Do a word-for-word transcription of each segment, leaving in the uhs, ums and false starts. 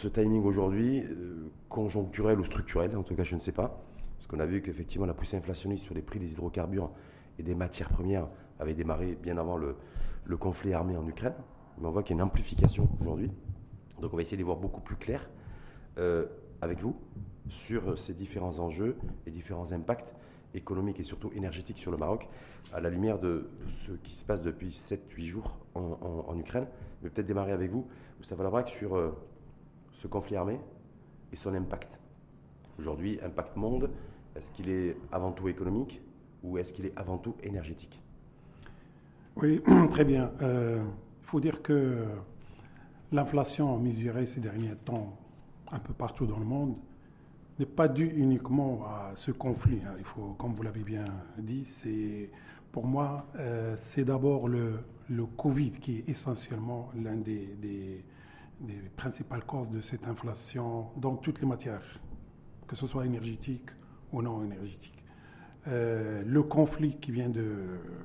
ce timing aujourd'hui, euh, conjoncturel ou structurel, en tout cas je ne sais pas, parce qu'on a vu qu'effectivement la poussée inflationniste sur les prix des hydrocarbures et des matières premières avait démarré bien avant le, le conflit armé en Ukraine, mais on voit qu'il y a une amplification aujourd'hui, donc on va essayer d'y voir beaucoup plus clair euh, avec vous sur ces différents enjeux et différents impacts économiques et surtout énergétiques sur le Maroc, à la lumière de ce qui se passe depuis sept huit jours en, en, en Ukraine. Je vais peut-être démarrer avec vous, Moustapha Labraque, sur euh, ce conflit armé et son impact. Aujourd'hui, impact monde, est-ce qu'il est avant tout économique ou est-ce qu'il est avant tout énergétique? Oui, très bien. Il euh, faut dire que l'inflation mesurée ces derniers temps un peu partout dans le monde n'est pas due uniquement à ce conflit. Il faut, comme vous l'avez bien dit, c'est, pour moi, euh, c'est d'abord le, le Covid qui est essentiellement l'un des, des, des principales causes de cette inflation dans toutes les matières, que ce soit énergétique ou non énergétique. Euh, le conflit qui vient de,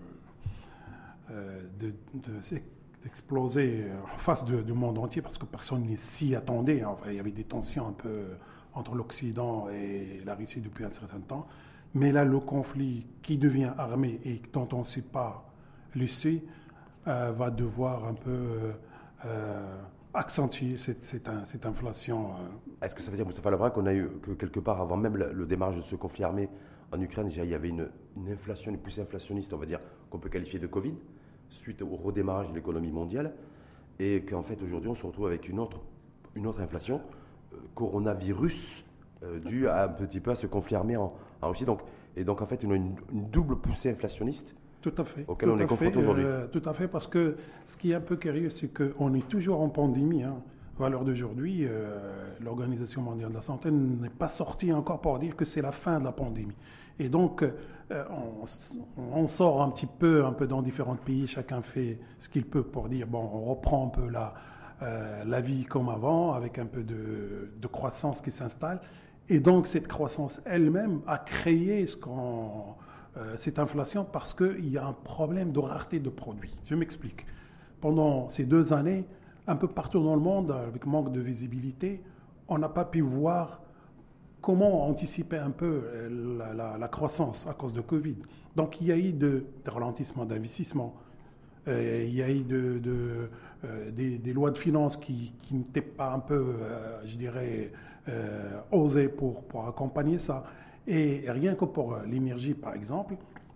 euh, de, de d'exploser en face de, du monde entier, parce que personne ne s'y attendait. Enfin, il y avait des tensions un peu entre l'Occident et la Russie depuis un certain temps. Mais là, le conflit qui devient armé et dont on ne sait pas l'issue euh, va devoir un peu euh, accentuer cette, cette, cette inflation. Euh. Est-ce que ça veut dire, Moustapha Labraque, qu'on a eu que quelque part, avant même le, le démarrage de ce conflit armé en Ukraine, déjà, il y avait une, une inflation, une poussée inflationniste, on va dire, qu'on peut qualifier de Covid, suite au redémarrage de l'économie mondiale, et qu'en fait, aujourd'hui, on se retrouve avec une autre, une autre inflation, euh, coronavirus, euh, due à un petit peu à ce conflit armé en, en Russie. Donc, et donc, en fait, une, une, une double poussée inflationniste. Tout à fait. Auquel tout on est confronté fait, aujourd'hui. Euh, tout à fait, parce que ce qui est un peu curieux, c'est qu'on est toujours en pandémie. Hein. À l'heure d'aujourd'hui, euh, l'Organisation mondiale de la santé n'est pas sortie encore pour dire que c'est la fin de la pandémie. Et donc, euh, on, on sort un petit peu, un peu dans différents pays, chacun fait ce qu'il peut pour dire, bon, on reprend un peu la, euh, la vie comme avant, avec un peu de, de croissance qui s'installe. Et donc, cette croissance elle-même a créé ce qu'on... Euh, cette inflation parce qu'il y a un problème de rareté de produits. Je m'explique. Pendant ces deux années, un peu partout dans le monde, avec manque de visibilité, on n'a pas pu voir comment anticiper un peu la, la, la croissance à cause de Covid. Donc il y a eu de, de ralentissement d'investissement, euh, il y a eu de, de, euh, des, des lois de finances qui, qui n'étaient pas un peu, euh, je dirais, euh, osées pour, pour accompagner ça. Et rien que pour l'énergie, par exemple,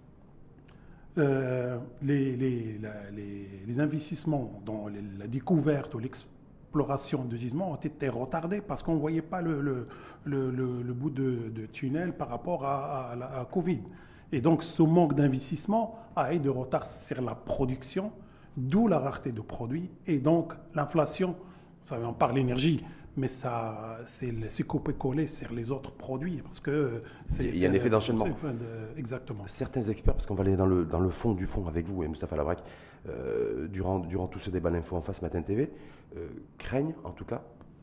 euh, les, les, la, les, les investissements dans les, la découverte ou l'exploration de gisements ont été retardés parce qu'on ne voyait pas le, le, le, le, le bout de, de tunnel par rapport à, à, à, à Covid. Et donc, ce manque d'investissement a eu de retard sur la production, d'où la rareté de produits et donc l'inflation. Vous savez, on parle d'énergie, mais ça, c'est, c'est coupé-collé sur les autres produits. Parce que c'est, il y a un effet d'enchaînement. De, exactement. Certains experts, parce qu'on va aller dans le, dans le fond du fond avec vous et Moustapha Labraque, euh, durant, durant tout ce débat L'Info en face Matin T V, euh, craignent en tout cas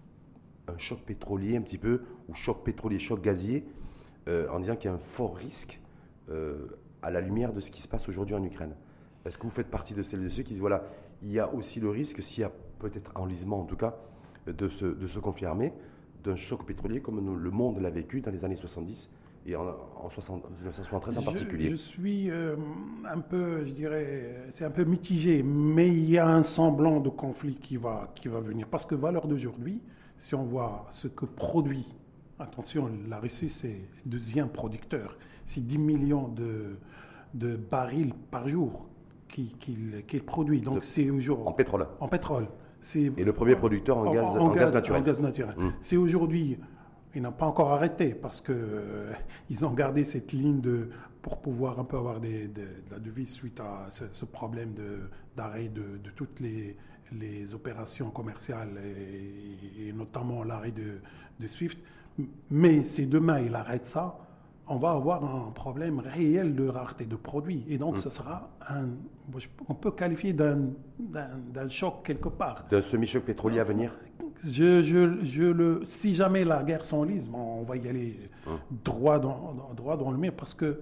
un choc pétrolier un petit peu, ou choc pétrolier, choc gazier, euh, en disant qu'il y a un fort risque euh, à la lumière de ce qui se passe aujourd'hui en Ukraine. Est-ce que vous faites partie de celles et ceux qui disent, voilà, il y a aussi le risque, s'il y a peut-être enlisement en tout cas, de ce, de ce conflit armé, d'un choc pétrolier comme nous, le monde l'a vécu dans les années soixante-dix et en, en soixante, dix-neuf cent soixante-treize en particulier? Je, je suis euh, un peu, je dirais, c'est un peu mitigé, mais il y a un semblant de conflit qui va, qui va venir. Parce que valeur d'aujourd'hui, si on voit ce que produit, attention, la Russie c'est le deuxième producteur, c'est dix millions de, de barils par jour qu'il, qu'il, qu'il produit. Donc de, c'est aujourd'hui en pétrole. En pétrole. C'est, et le premier producteur en, en, gaz, en, en gaz, gaz naturel. En gaz naturel. Mmh. C'est aujourd'hui, ils n'ont pas encore arrêté parce qu'ils euh, ont gardé cette ligne de, pour pouvoir un peu avoir des, de, de la devise suite à ce, ce problème de, d'arrêt de, de toutes les, les opérations commerciales et, et notamment l'arrêt de, de SWIFT. Mais si demain il arrête ça, on va avoir un problème réel de rareté de produits. Et donc, mmh. ce sera un... On peut qualifier d'un, d'un, d'un choc quelque part. D'un semi-choc pétrolier à venir? je, je, je le, Si jamais la guerre s'enlise, on va y aller mmh. droit, dans, droit dans le mur, parce que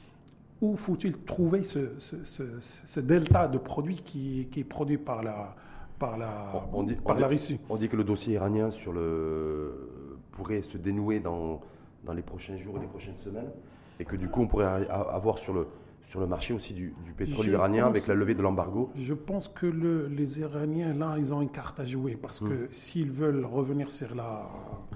où faut-il trouver ce, ce, ce, ce delta de produits qui, qui est produit par la, par la, on dit, par on la dit, Russie. On dit que le dossier iranien sur le, pourrait se dénouer dans, dans les prochains jours et les prochaines semaines, et que du coup on pourrait avoir sur le, sur le marché aussi du, du pétrole Je iranien pense- avec la levée de l'embargo. Je pense que le- les Iraniens, là, ils ont une carte à jouer parce que Mm. s'ils veulent revenir sur, la,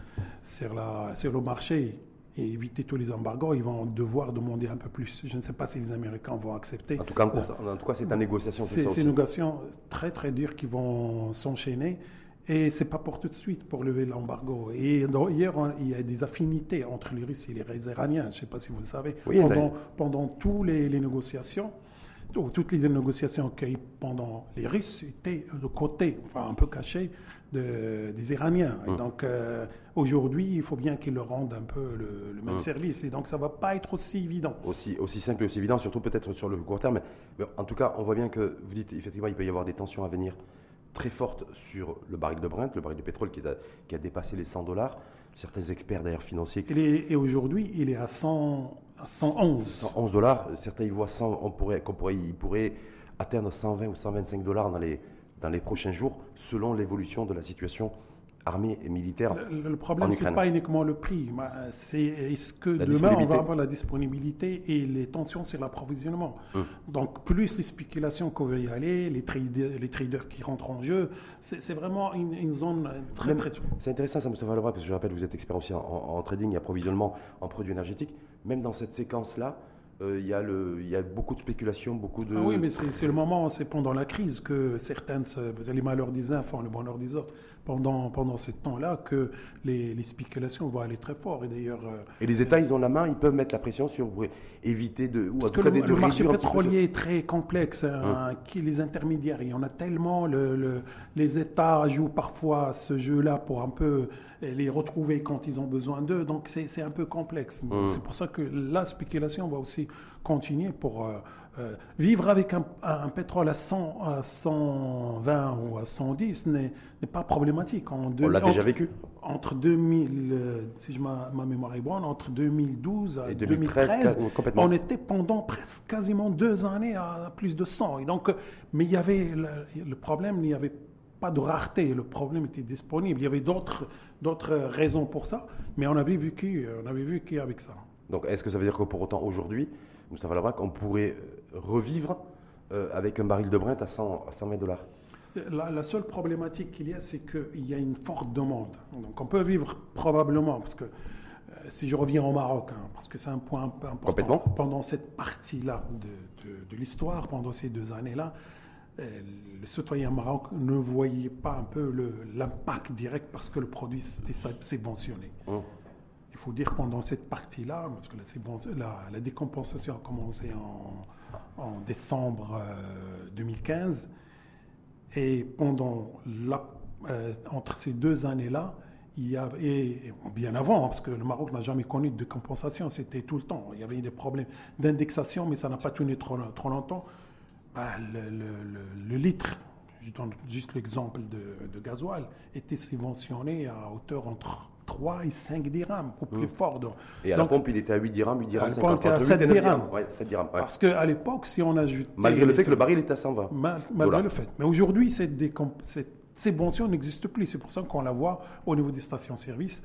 sur, la, sur le marché et éviter tous les embargos, ils vont devoir demander un peu plus. Je ne sais pas si les Américains vont accepter. En tout cas, en, en tout cas c'est en négociation. C'est ça c'est aussi. une négociation très très dure qui vont s'enchaîner et c'est pas pour tout de suite pour lever l'embargo. Et dans- hier, on- il y a des affinités entre les Russes et les Iraniens. Je ne sais pas si vous le savez. Oui, pendant, mais- pendant toutes les, les négociations, ou toutes les négociations qu'il y a eu pendant les Russes étaient de côté, enfin un peu cachés de- des Iraniens. Et Hum. donc euh, aujourd'hui, il faut bien qu'ils leur rendent un peu le, le même Hum. service. Et donc ça va pas être aussi évident. Aussi, aussi simple et aussi évident, surtout peut-être sur le court terme. Mais, mais en tout cas, on voit bien que vous dites effectivement il peut y avoir des tensions à venir très fortes sur le baril de Brent, le baril de pétrole qui a, qui a dépassé les cent dollars. Certains experts d'ailleurs financiers Il est- et aujourd'hui, il est à, cent, à cent onze. cent onze dollars, certains y voient cent, on pourrait, qu'on pourrait, il pourrait atteindre cent vingt ou cent vingt-cinq dollars dans les, dans les prochains jours, selon l'évolution de la situation armée et militaire. Le, le problème, en c'est Ukraine. pas uniquement le prix. mais C'est est-ce que La demain, on disponibilité. va avoir la disponibilité et les tensions sur l'approvisionnement. Hum. Donc, plus les spéculations qu'on veut y aller, les traders, les traders qui rentrent en jeu, c'est c'est vraiment une, une zone très, Même- très... C'est intéressant ça, Moustapha Lebras, parce que je rappelle, vous êtes expert aussi en, en- en trading et approvisionnement en produits énergétiques. Même dans cette séquence-là, euh, il y a le- il y a beaucoup de spéculation, beaucoup de... Ah oui, mais c'est c'est le moment, c'est pendant la crise que certaines, se- les malheurs des uns font le bonheur des autres. Pendant, pendant ce temps-là, que les, les spéculations vont aller très fort. Et d'ailleurs... euh, Et les États, ils ont la main, ils peuvent mettre la pression sur pour éviter de... Ou en Parce tout que cas, le, de, le de marché réduire un petit peu ce- pétrolier est très complexe, hein, qui, les intermédiaires, il y en a tellement, le, le- les États jouent parfois ce jeu-là pour un peu les retrouver quand ils ont besoin d'eux, donc c'est c'est un peu complexe. Donc, Mm. C'est pour ça que la spéculation va aussi continuer pour euh, euh, vivre avec un, un pétrole à, cent, à cent vingt ou à cent dix n'est n'est pas problématique. En deux- On l'a déjà entre- vécu. Entre deux mille, euh, si je ma, ma mémoire est bonne, entre deux mille douze Et et deux mille treize, deux mille treize, ca- complètement. on était pendant presque quasiment deux années à plus de cent. Et donc, euh, mais il y avait le, le problème, il n'y avait pas de rareté. Le problème était disponible. Il y avait d'autres d'autres raisons pour ça, mais on avait vécu, on avait vécu avec ça. Donc, est-ce que ça veut dire que pour autant, aujourd'hui, Moustapha Lebras, on pourrait euh, revivre euh, avec un baril de Brent à, cent, à cent vingt dollars? La, la seule problématique qu'il y a, c'est qu'il y a une forte demande. Donc on peut vivre probablement, parce que euh, si je reviens au Maroc, hein, parce que c'est un point un peu important. Complètement. Pendant cette partie-là de, de- de l'histoire, pendant ces deux années-là, euh, le citoyen maroc ne voyait pas un peu le- l'impact direct parce que le produit était subventionné. Hum. Il faut dire pendant cette partie-là, parce que la, subvention- la, la décompensation a commencé en, en décembre euh, deux mille quinze, et pendant la, euh, entre ces deux années-là, il y avait, et bien avant, parce que le Maroc n'a jamais connu de compensation, c'était tout le temps. Il y avait des problèmes d'indexation, mais ça n'a pas tenu trop, trop longtemps. Bah, le, le- le- le litre, je donne juste l'exemple de, de gasoil, était subventionné à hauteur entre trois et cinq dirhams, au plus Mmh. fort. Donc, Et à la pompe, il était à huit dirhams, huit à dirhams la cinquante. pompe, il était à entre sept huit et neuf dirhams. Ouais, sept dirhams. Ouais. Parce qu'à l'époque, si on ajoute... Malgré le fait que le baril était à cent vingt. Mal- malgré dollars. le fait. Mais aujourd'hui, cette, décomp- cette subvention n'existe plus. C'est pour ça qu'on la voit au niveau des stations-service,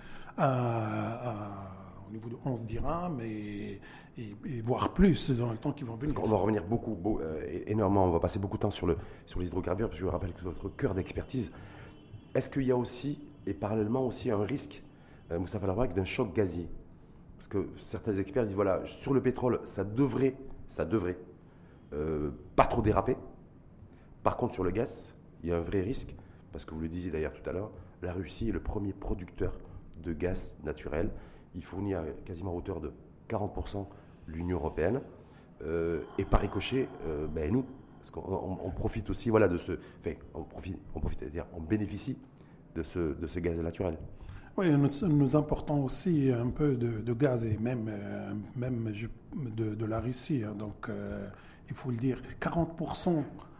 à- à- au niveau de onze dirhams, et, et- et voire plus dans le temps qui va venir. On va revenir beaucoup, beau- euh, énormément, on va passer beaucoup de temps sur, le, sur les hydrocarbures, parce que je vous rappelle que c'est votre cœur d'expertise. Est-ce qu'il y a aussi, et parallèlement aussi, un risque, euh, Moustapha Lebras, d'un choc gazier? Parce que certains experts disent, voilà, sur le pétrole, ça devrait, ça devrait euh, pas trop déraper. Par contre, sur le gaz, il y a un vrai risque, parce que vous le disiez d'ailleurs tout à l'heure, la Russie est le premier producteur de gaz naturel. Il fournit à quasiment à hauteur de quarante pour cent l'Union européenne. Euh, et par ricochet, euh, ben nous, parce qu'on on- on profite aussi voilà, de ce... Enfin, on profite, on profite, c'est-à-dire on bénéficie de ce, de ce gaz naturel. Oui, nous, nous importons aussi un peu de, de gaz, et même, euh, même je- de, de la Russie. hein. Donc, euh, il faut le dire, quarante pour cent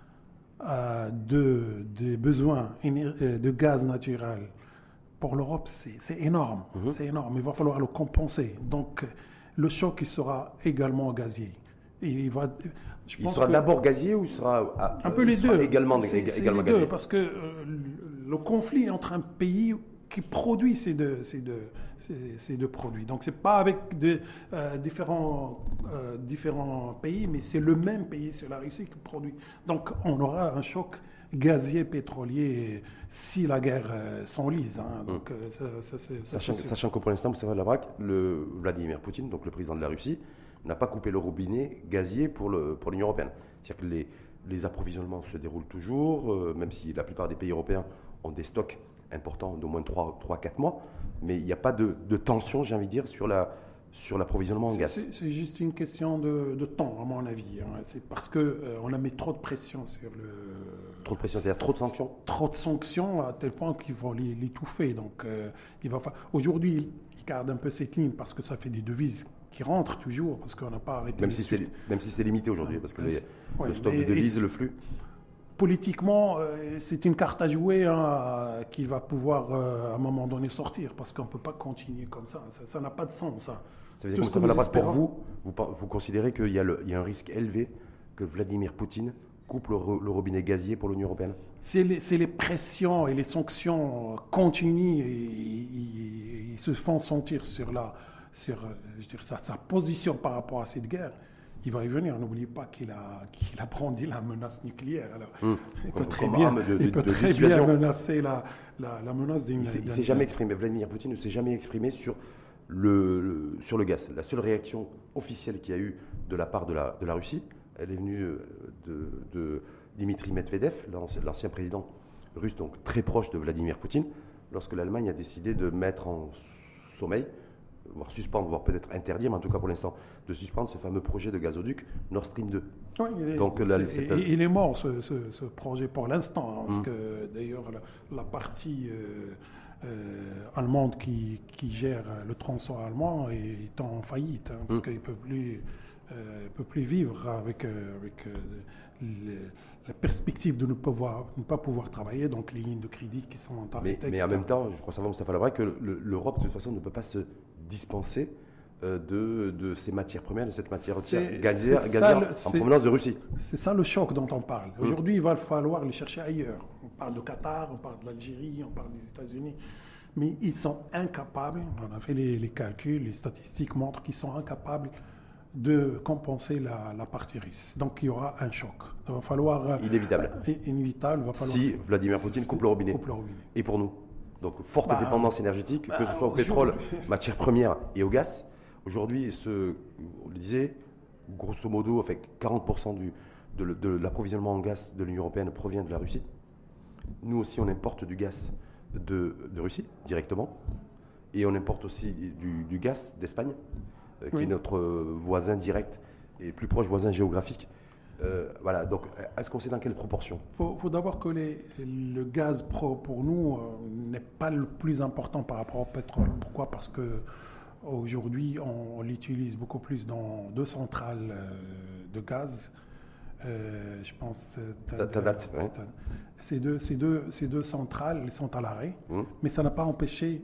euh, de, des besoins éner- euh, de gaz naturel pour l'Europe, c'est c'est énorme. Mhm. C'est énorme. Il va falloir le compenser. Donc, le choc il sera également gazier. Et il va, je il pense sera que, d'abord gazier ou il sera ah, un peu les sera deux. également, C'est, c'est également les gazier? deux, parce que euh, le conflit entre un pays qui produit ces deux, ces deux, ces, ces deux produits. Donc, c'est pas avec de, euh, différents, euh, différents pays, mais c'est le même pays, c'est la Russie qui produit. Donc, on aura un choc gazier, pétrolier, si la guerre euh, s'enlise. Hein. Donc, euh, ça, ça, ça, ça, Sachant, sachant que pour l'instant, vous savez, Labrac, le Vladimir Poutine, donc le président de la Russie, n'a pas coupé le robinet gazier pour, le, pour l'Union européenne. C'est-à-dire que les, les approvisionnements se déroulent toujours, euh, même si la plupart des pays européens ont des stocks importants d'au moins trois à quatre mois, mais il n'y a pas de, de tension, j'ai envie de dire, sur, la, sur l'approvisionnement en gaz. C'est, c'est juste une question de, de temps, à mon avis. Hein. C'est parce qu'on euh, a mis trop de pression sur le... Trop de pression, c'est-à-dire trop de sanctions? Trop de sanctions à tel point qu'ils vont les, l'étouffer. Donc, euh, il va fa... Aujourd'hui, ils gardent un peu cette ligne parce que ça fait des devises qui rentrent toujours, parce qu'on n'a pas arrêté... Même, si c'est, même si c'est limité aujourd'hui, parce que les, ouais, le stock de devises, le flux... Politiquement, euh, c'est une carte à jouer hein, qu'il va pouvoir euh, à un moment donné sortir, parce qu'on ne peut pas continuer comme ça. Ça, ça n'a pas de sens. Ça, ça veut dire que, que nous pour vous, vous, vous considérez qu'il y a, le, il y a un risque élevé que Vladimir Poutine coupe le, le robinet gazier pour l'Union européenne? C'est les, c'est les pressions et les sanctions continuent et ils se font sentir sur, la, sur je veux dire, sa, sa position par rapport à cette guerre. Il va y venir. N'oubliez pas qu'il a, qu'il a brandi la menace nucléaire. Alors, mmh. Il peut très, bien, de, il peut de très bien menacer la, la, la menace d'une... Il ne s'est jamais exprimé. Vladimir Poutine ne s'est jamais exprimé sur le, le, sur le gaz. La seule réaction officielle qu'il y a eu de la part de la, de la Russie, elle est venue de, de Dimitri Medvedev, l'ancien président russe, donc très proche de Vladimir Poutine, lorsque l'Allemagne a décidé de mettre en sommeil, voire suspendre, voire peut-être interdire, mais en tout cas pour l'instant, de suspendre ce fameux projet de gazoduc Nord Stream deux. Oui, il est, Donc, là, c'est, c'est, il est mort, ce, ce, ce projet, pour l'instant. Hein, parce mmh. que, d'ailleurs, la, la partie euh, euh, allemande qui, qui gère le tronçon allemand est en faillite, hein, parce mmh. qu'il ne peut plus... Euh, peut plus vivre avec, euh, avec euh, les, la perspective de ne, pouvoir, ne pas pouvoir travailler, donc les lignes de crédit qui sont arrêtées. Mais, mais en même temps, je crois savoir, Moustapha Labrac, que le, l'Europe, de toute façon, ne peut pas se dispenser euh, de, de ces matières premières, de cette matière c'est, gazière, c'est gazière ça, en provenance de Russie. C'est ça le choc dont on parle. Mmh. Aujourd'hui, il va falloir les chercher ailleurs. On parle de Qatar, on parle de l'Algérie, on parle des États-Unis. Mais ils sont incapables, on a fait les, les calculs, les statistiques montrent qu'ils sont incapables de compenser la, la partie russe. Donc il y aura un choc. Il va falloir... Inévitable. Euh, inévitable. Va falloir, si Vladimir Poutine coupe le robinet. Coupe le robinet. Et pour nous. Donc forte bah, dépendance énergétique, bah, que ce soit au pétrole, matières premières et au gaz. Aujourd'hui, ce, on le disait, grosso modo, enfin, quarante pour cent du, de, de l'approvisionnement en gaz de l'Union européenne provient de la Russie. Nous aussi, on importe du gaz de, de Russie, directement. Et on importe aussi du, du gaz d'Espagne, qui oui. est notre voisin direct et plus proche voisin géographique. Euh, voilà, donc est-ce qu'on sait dans quelle proportion? Il faut, faut d'abord que les, le gaz pro pour nous euh, n'est pas le plus important par rapport au pétrole. Pourquoi? Parce qu'aujourd'hui, on, on l'utilise beaucoup plus dans deux centrales euh, de gaz. Euh, je pense euh, Tadalt, oui. Ces deux, ces, deux, ces deux centrales, elles sont à l'arrêt, mmh. mais ça n'a pas empêché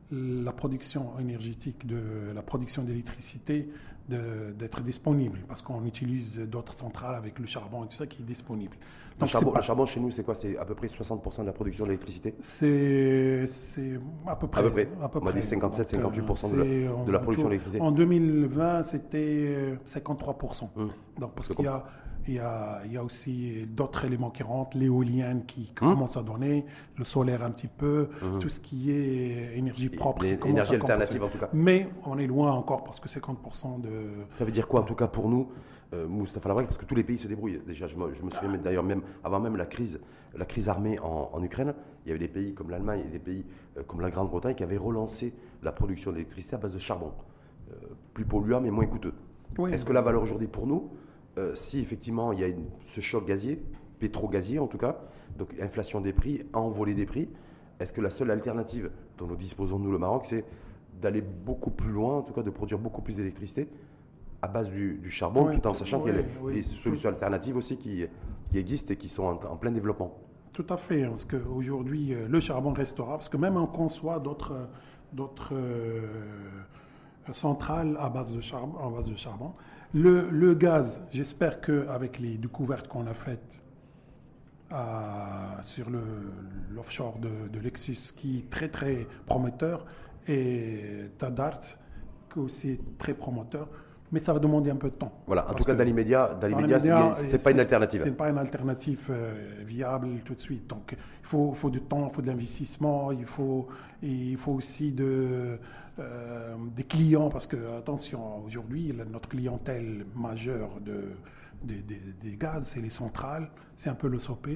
la production énergétique, de la production d'électricité de, d'être disponible, parce qu'on utilise d'autres centrales avec le charbon et tout ça qui est disponible. Donc le, charbon, pas... le charbon chez nous, c'est quoi? C'est à peu près soixante pour cent de la production d'électricité? C'est, c'est à peu près. À peu près. À peu On m'a dit cinquante-sept à cinquante-huit pour cent de la, de la production d'électricité. En deux mille vingt, c'était cinquante-trois pour cent. Hum. Donc, parce c'est qu'il y a... Il y, a, il y a aussi d'autres éléments qui rentrent, l'éolienne qui, qui mmh. commence à donner, le solaire un petit peu, mmh. tout ce qui est énergie propre. Et, qui commence énergie à alternative en tout cas. Mais on est loin encore parce que cinquante pour cent de... Ça veut dire quoi en tout cas pour nous, euh, Moustapha Labrac, parce que tous les pays se débrouillent. Déjà, je me, je me souviens d'ailleurs même, avant même la crise, la crise armée en, en Ukraine, il y avait des pays comme l'Allemagne et des pays euh, comme la Grande-Bretagne qui avaient relancé la production d'électricité à base de charbon. Euh, plus polluant mais moins coûteux. Oui, Est-ce oui. que la valeur aujourd'hui pour nous, Euh, si effectivement il y a une, ce choc gazier, pétro-gazier en tout cas, donc inflation des prix, envolée des prix, est-ce que la seule alternative dont nous disposons, nous, le Maroc, c'est d'aller beaucoup plus loin, en tout cas de produire beaucoup plus d'électricité à base du, du charbon, oui, tout en sachant oui, qu'il y a les, oui, les solutions tout. alternatives aussi qui, qui existent et qui sont en, en plein développement? Tout à fait, parce qu'aujourd'hui, le charbon restera, parce que même on conçoit d'autres... d'autres euh, centrale à base de charbon. À base de charbon. Le, le gaz, j'espère qu'avec les découvertes qu'on a faites à, sur le, l'offshore de, de Lexus, qui est très très prometteur, et Tadart, qui est aussi très prometteur, mais ça va demander un peu de temps. Voilà, en tout cas, dans l'immédiat, dans l'immédiat, ce n'est pas une alternative. Ce n'est pas une alternative euh, viable tout de suite. Donc, il faut, faut du temps, il faut de l'investissement, il faut, il faut aussi de, euh, des clients, parce que, attention, aujourd'hui, notre clientèle majeure de, de, de, des gaz, c'est les centrales, c'est un peu l'O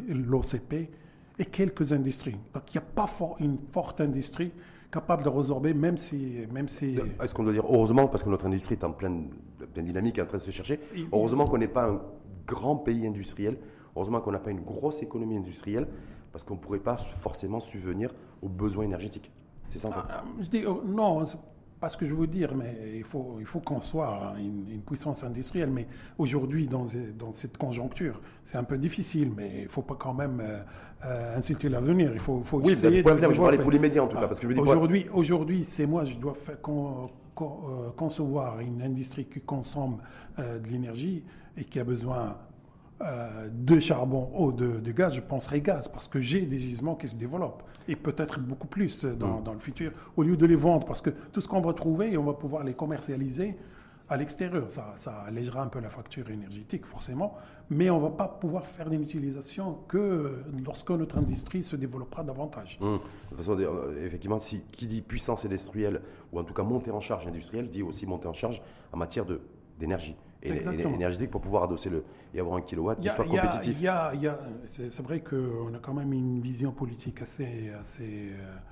C P et quelques industries. Donc, il n'y a pas fort, une forte industrie capable de résorber, même si... Même si... Est-ce qu'on doit dire heureusement, parce que notre industrie est en pleine, pleine dynamique, en train de se chercher, heureusement qu'on n'est pas un grand pays industriel, heureusement qu'on n'a pas une grosse économie industrielle, parce qu'on ne pourrait pas forcément subvenir aux besoins énergétiques. C'est ça en fait. Ah, je dis, oh, non, c'est pas ce que je veux dire, mais il faut, il faut qu'on soit une, une puissance industrielle. Mais aujourd'hui, dans, dans cette conjoncture, c'est un peu difficile, mais il ne faut pas quand même euh, euh, insulter l'avenir. Il faut, faut oui, essayer de... de... Je parlais pour les médias en tout cas. Parce que je dis aujourd'hui, pour... aujourd'hui, c'est moi, je dois faire con, con, euh, concevoir une industrie qui consomme euh, de l'énergie et qui a besoin euh, de charbon ou de, de gaz. Je penserai gaz, parce que j'ai des gisements qui se développent. Et peut-être beaucoup plus dans, mmh. dans le futur, au lieu de les vendre, parce que tout ce qu'on va trouver, on va pouvoir les commercialiser à l'extérieur. Ça, ça allégera un peu la facture énergétique, forcément, mais on ne va pas pouvoir faire une utilisation que lorsque notre industrie se développera davantage. Mmh. De toute façon, effectivement, si, qui dit puissance industrielle, ou en tout cas montée en charge industrielle, dit aussi montée en charge en matière de, d'énergie. Et énergétique pour pouvoir adosser le, et avoir un kilowatt qui soit compétitif. Y a, y a, c'est, c'est vrai qu'on a quand même une vision politique assez, assez,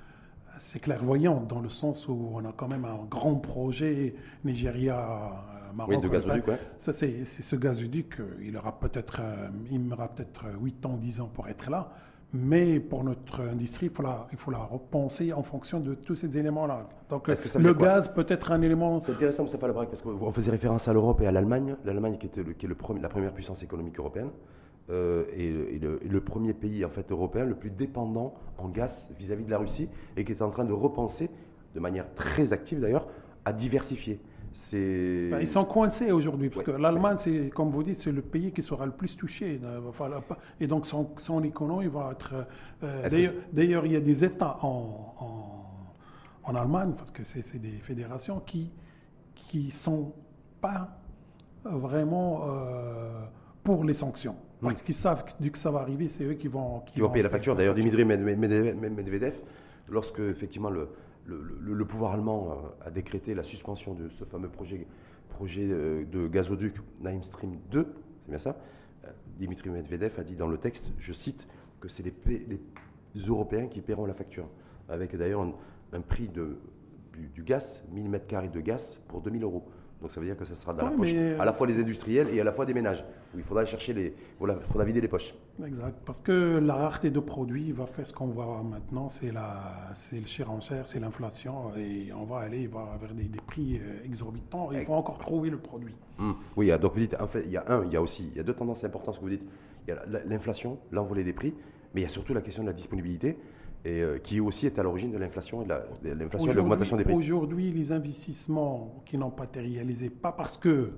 assez clairvoyante, dans le sens où on a quand même un grand projet Nigeria-Maroc. Oui, de gazoduc, ouais. Ça, c'est, c'est ce gazoduc, il aura peut-être, il aura peut-être huit ans, dix ans pour être là. Mais pour notre industrie, il faut la, il faut la repenser en fonction de tous ces éléments-là. Donc le gaz peut être un élément... C'est intéressant, Moustapha Lebrac, parce qu'on faisait référence à l'Europe et à l'Allemagne. L'Allemagne qui, était le, qui est le premier, la première puissance économique européenne euh, et, et, le, et le premier pays en fait, européen le plus dépendant en gaz vis-à-vis de la Russie et qui est en train de repenser, de manière très active d'ailleurs, à diversifier. C'est... Ben, ils sont coincés aujourd'hui, parce ouais. que l'Allemagne, c'est, comme vous dites, c'est le pays qui sera le plus touché. Enfin, et donc, son, son économie va être... Euh, d'ailleurs, que d'ailleurs, il y a des États en, en, en Allemagne, parce que c'est, c'est des fédérations, qui ne sont pas vraiment euh, pour les sanctions. Parce mmh. qu'ils savent que dès que ça va arriver, c'est eux qui vont... Qui, qui vont payer la facture. D'ailleurs, Dimitri Medvedev, lorsque, effectivement, le... Le, le, le pouvoir allemand a décrété la suspension de ce fameux projet, projet de gazoduc Nord Stream deux, c'est bien ça. Dimitri Medvedev a dit dans le texte, je cite, que c'est les, les Européens qui paieront la facture, avec d'ailleurs un, un prix de, du, du gaz, mille mètres carrés de gaz pour deux mille euros. Donc ça veut dire que ça sera dans oui, la poche à la fois des industriels et à la fois des ménages, où il faudra chercher les, il faudra vider les poches. Exact, parce que la rareté de produits va faire ce qu'on voit maintenant, c'est la, c'est le surenchère, c'est l'inflation, et on va aller vers des, des prix exorbitants. Et il faut encore trouver le produit. Mmh. Oui, donc vous dites, en fait, il y a un, il y a aussi, il y a deux tendances importantes que vous dites. Il y a l'inflation, l'envolée des prix, mais il y a surtout la question de la disponibilité. Et euh, qui aussi est à l'origine de l'inflation et de, la, de l'inflation et de l'augmentation des prix. Aujourd'hui, les investissements qui n'ont pas été réalisés, pas parce que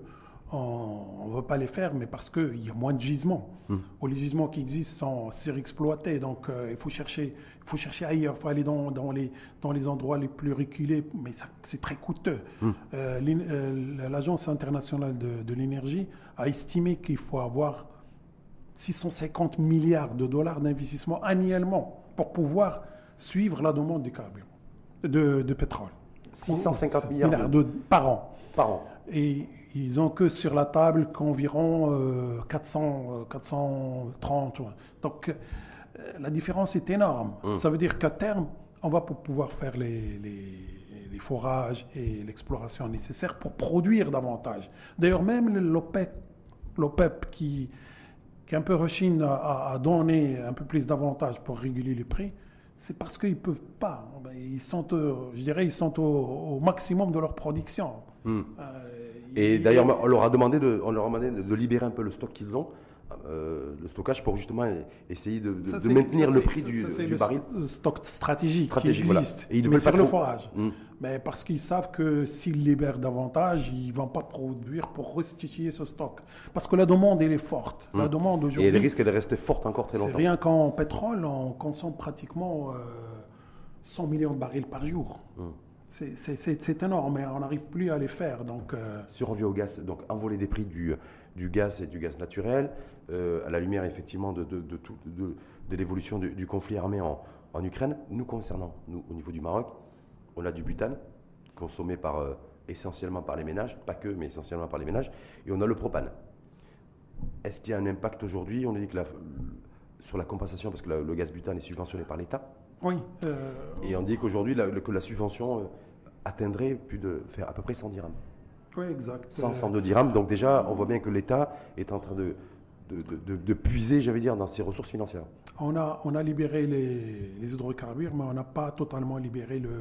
on ne veut pas les faire, mais parce qu'il y a moins de gisements. Hum. Ou les gisements qui existent sont surexploités, donc euh, il faut chercher, il faut chercher ailleurs, il faut aller dans, dans, les, dans les endroits les plus reculés, mais ça, c'est très coûteux. Hum. Euh, euh, L'Agence internationale de, de l'énergie a estimé qu'il faut avoir six cent cinquante milliards de dollars d'investissement annuellement pour pouvoir suivre la demande du carburant, de, de pétrole. six cent cinquante milliards de, par an. Par an. Et ils n'ont que sur la table qu'environ euh, quatre cents, quatre cent trente. Donc euh, la différence est énorme. Mmh. Ça veut dire qu'à terme, on va pouvoir faire les, les, les forages et l'exploration nécessaire pour produire davantage. D'ailleurs, même l'OPEP, l'OPEP qui... qui un peu rechigne à, à donner un peu plus d'avantages pour réguler les prix, c'est parce qu'ils ne peuvent pas. Ils sont, je dirais, ils sont au, au maximum de leur production. Mmh. Euh, Et d'ailleurs, on leur a demandé, de, on leur a demandé de, de libérer un peu le stock qu'ils ont, euh, le stockage pour justement essayer de, de, Ça, de maintenir ça, le prix ça, du, ça, du le baril. Le stock stratégique, stratégique qui existe, voilà. Et ils ne mais veulent pas sur le trop. forage. Mmh. Mais parce qu'ils savent que s'ils libèrent davantage, ils ne vont pas produire pour restituer ce stock. Parce que la demande, elle est forte. Mmh. La demande aujourd'hui. Et elle risque de rester forte encore très longtemps. C'est rien qu'en pétrole, on consomme pratiquement euh, cent millions de barils par jour. Mmh. C'est, c'est, c'est, c'est énorme, mais on n'arrive plus à les faire. Donc, euh... Si on revient au gaz, donc envoler des prix du, du gaz et du gaz naturel, euh, à la lumière effectivement de, de, de, tout, de, de l'évolution du, du conflit armé en, en Ukraine, nous concernant, nous au niveau du Maroc, on a du butane consommé par, euh, essentiellement par les ménages, pas que, mais essentiellement par les ménages, et on a le propane. Est-ce qu'il y a un impact aujourd'hui? On dit que la, sur la compensation, parce que la, le gaz butane est subventionné par l'État. Oui. Euh... Et on dit qu'aujourd'hui, la, que la subvention euh, atteindrait plus de, faire à peu près cent dirhams. Oui, exact. cent, cent deux dirhams. Donc déjà, on voit bien que l'État est en train de, de, de, de, de puiser, j'allais dire, dans ses ressources financières. On a, on a libéré les, les hydrocarbures, mais on n'a pas totalement libéré le,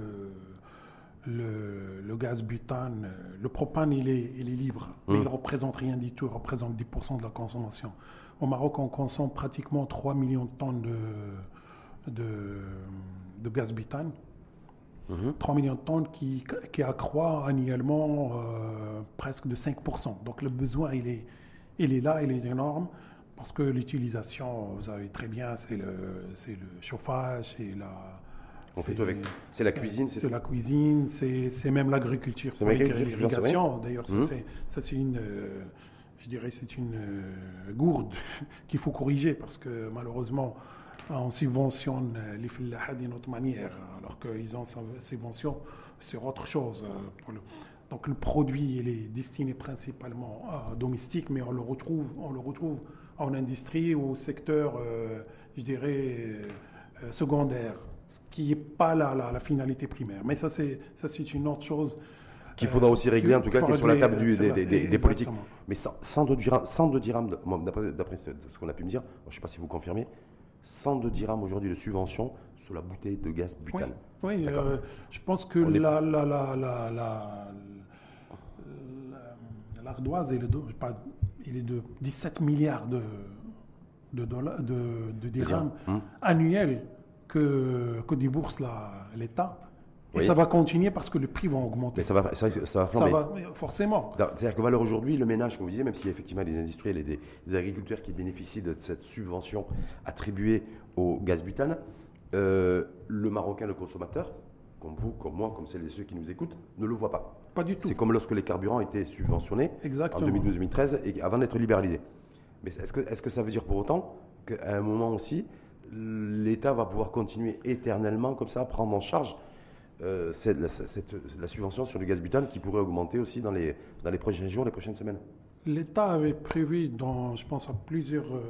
le, le gaz butane. Le propane, il est, il est libre, mais mmh. il ne représente rien du tout. Il représente dix pour cent de la consommation. Au Maroc, on consomme pratiquement trois millions de tonnes de... De, de gaz butane, mmh. trois millions de tonnes qui, qui accroît annuellement euh, presque de cinq pour cent. Donc le besoin, il est, il est là, il est énorme, parce que l'utilisation, vous savez très bien, c'est le, c'est le chauffage, c'est la... On fait tout avec. C'est la cuisine. C'est, c'est la cuisine, c'est, c'est même l'agriculture, c'est l'agriculture, l'irrigation. D'ailleurs, mmh. ça, c'est, ça c'est une... Euh, je dirais c'est une euh, gourde qu'il faut corriger, parce que malheureusement... on subventionne les fellahas d'une autre manière, alors qu'ils ont subvention sur autre chose. Pour le... Donc le produit, il est destiné principalement à domestique, mais on le retrouve, on le retrouve en industrie ou au secteur, euh, je dirais, euh, secondaire, ce qui n'est pas la, la, la finalité primaire. Mais ça, c'est, ça, c'est une autre chose. Qu'il faudra aussi régler, en tout cas, qui est sur la table du, des, des, des, des politiques. Mais cent deux dirhams, d'après, d'après ce qu'on a pu me dire, je ne sais pas si vous confirmez, cent deux dirhams aujourd'hui de subvention sur la bouteille de gaz butane. Oui, oui euh, je pense que la, la, la, la, la, l'ardoise, il est de, il est de dix-sept milliards de, de, dollars, de, de dirhams hum. annuels que, que débourse la, l'État. Et oui. ça va continuer parce que les prix vont augmenter. Mais ça va, ça, ça va flamber. Ça va, forcément. C'est-à-dire que valeur aujourd'hui, le ménage, comme vous disiez, même s'il y a effectivement des industriels et des, des agriculteurs qui bénéficient de cette subvention attribuée au gaz butane, euh, le Marocain, le consommateur, comme vous, comme moi, comme celles et ceux qui nous écoutent, ne le voit pas. Pas du tout. C'est comme lorsque les carburants étaient subventionnés Exactement. en deux mille douze deux mille treize et avant d'être libéralisés. Mais est-ce que, est-ce que ça veut dire pour autant qu'à un moment aussi, l'État va pouvoir continuer éternellement comme ça à prendre en charge Euh, c'est la, cette, la subvention sur le gaz butane qui pourrait augmenter aussi dans les, dans les prochains jours, les prochaines semaines? L'État avait prévu, dans, je pense à plusieurs euh,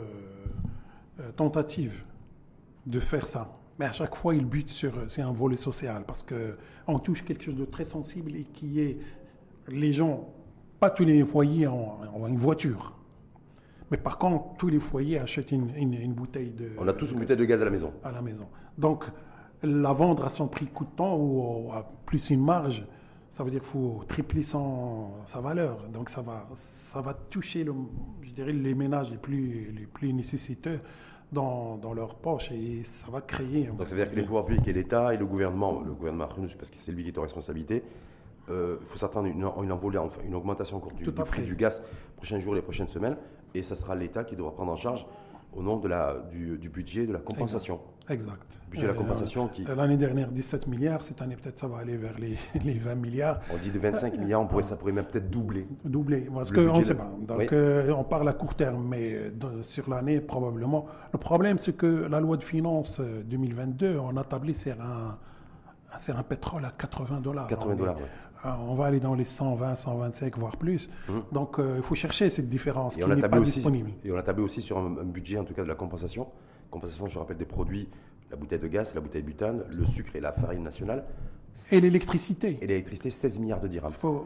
euh, tentatives de faire ça. Mais à chaque fois, il bute sur, sur un volet social parce qu'on touche quelque chose de très sensible et qui est les gens, pas tous les foyers ont, ont une voiture. Mais par contre, tous les foyers achètent une, une, une bouteille de... On a tous de une gaz, bouteille de gaz à la maison. À la maison. Donc, la vendre à son prix coûtant ou à plus une marge, ça veut dire qu'il faut tripler son, sa valeur. Donc ça va, ça va toucher, le, je dirais, les ménages les plus, les plus nécessiteux dans, dans leur poche et ça va créer... Donc ça veut dire que les pouvoirs publics et l'État et le gouvernement, le gouvernement, parce que c'est lui qui est en responsabilité, il euh, faut s'attendre à une, une envolée, enfin, une augmentation encore du, du prix du gaz les prochains jours, les prochaines semaines, et ça sera l'État qui devra prendre en charge au nom de la, du, du budget de la compensation. Exact. Le budget de la compensation qui... L'année dernière, dix-sept milliards. Cette année, peut-être, ça va aller vers les, les vingt milliards. On dit de vingt-cinq milliards, on pourrait, ça pourrait même peut-être doubler. Doubler, parce qu'on ne sait pas. Donc, oui. euh, on parle à court terme, mais de, sur l'année, probablement. Le problème, c'est que la loi de finances deux mille vingt-deux, on a tablé sur un, sur un pétrole à quatre-vingts dollars. quatre-vingts dollars, oui. On va aller dans les cent vingt, cent vingt-cinq, voire plus. Mmh. Donc, euh, il faut chercher cette différence et qui n'est pas aussi, disponible. Et on a tablé aussi sur un, un budget, en tout cas, de la compensation. Compensation, je rappelle, des produits, la bouteille de gaz, la bouteille de butane, le sucre et la farine nationale. Et l'électricité. Et l'électricité, seize milliards de dirhams. Faut,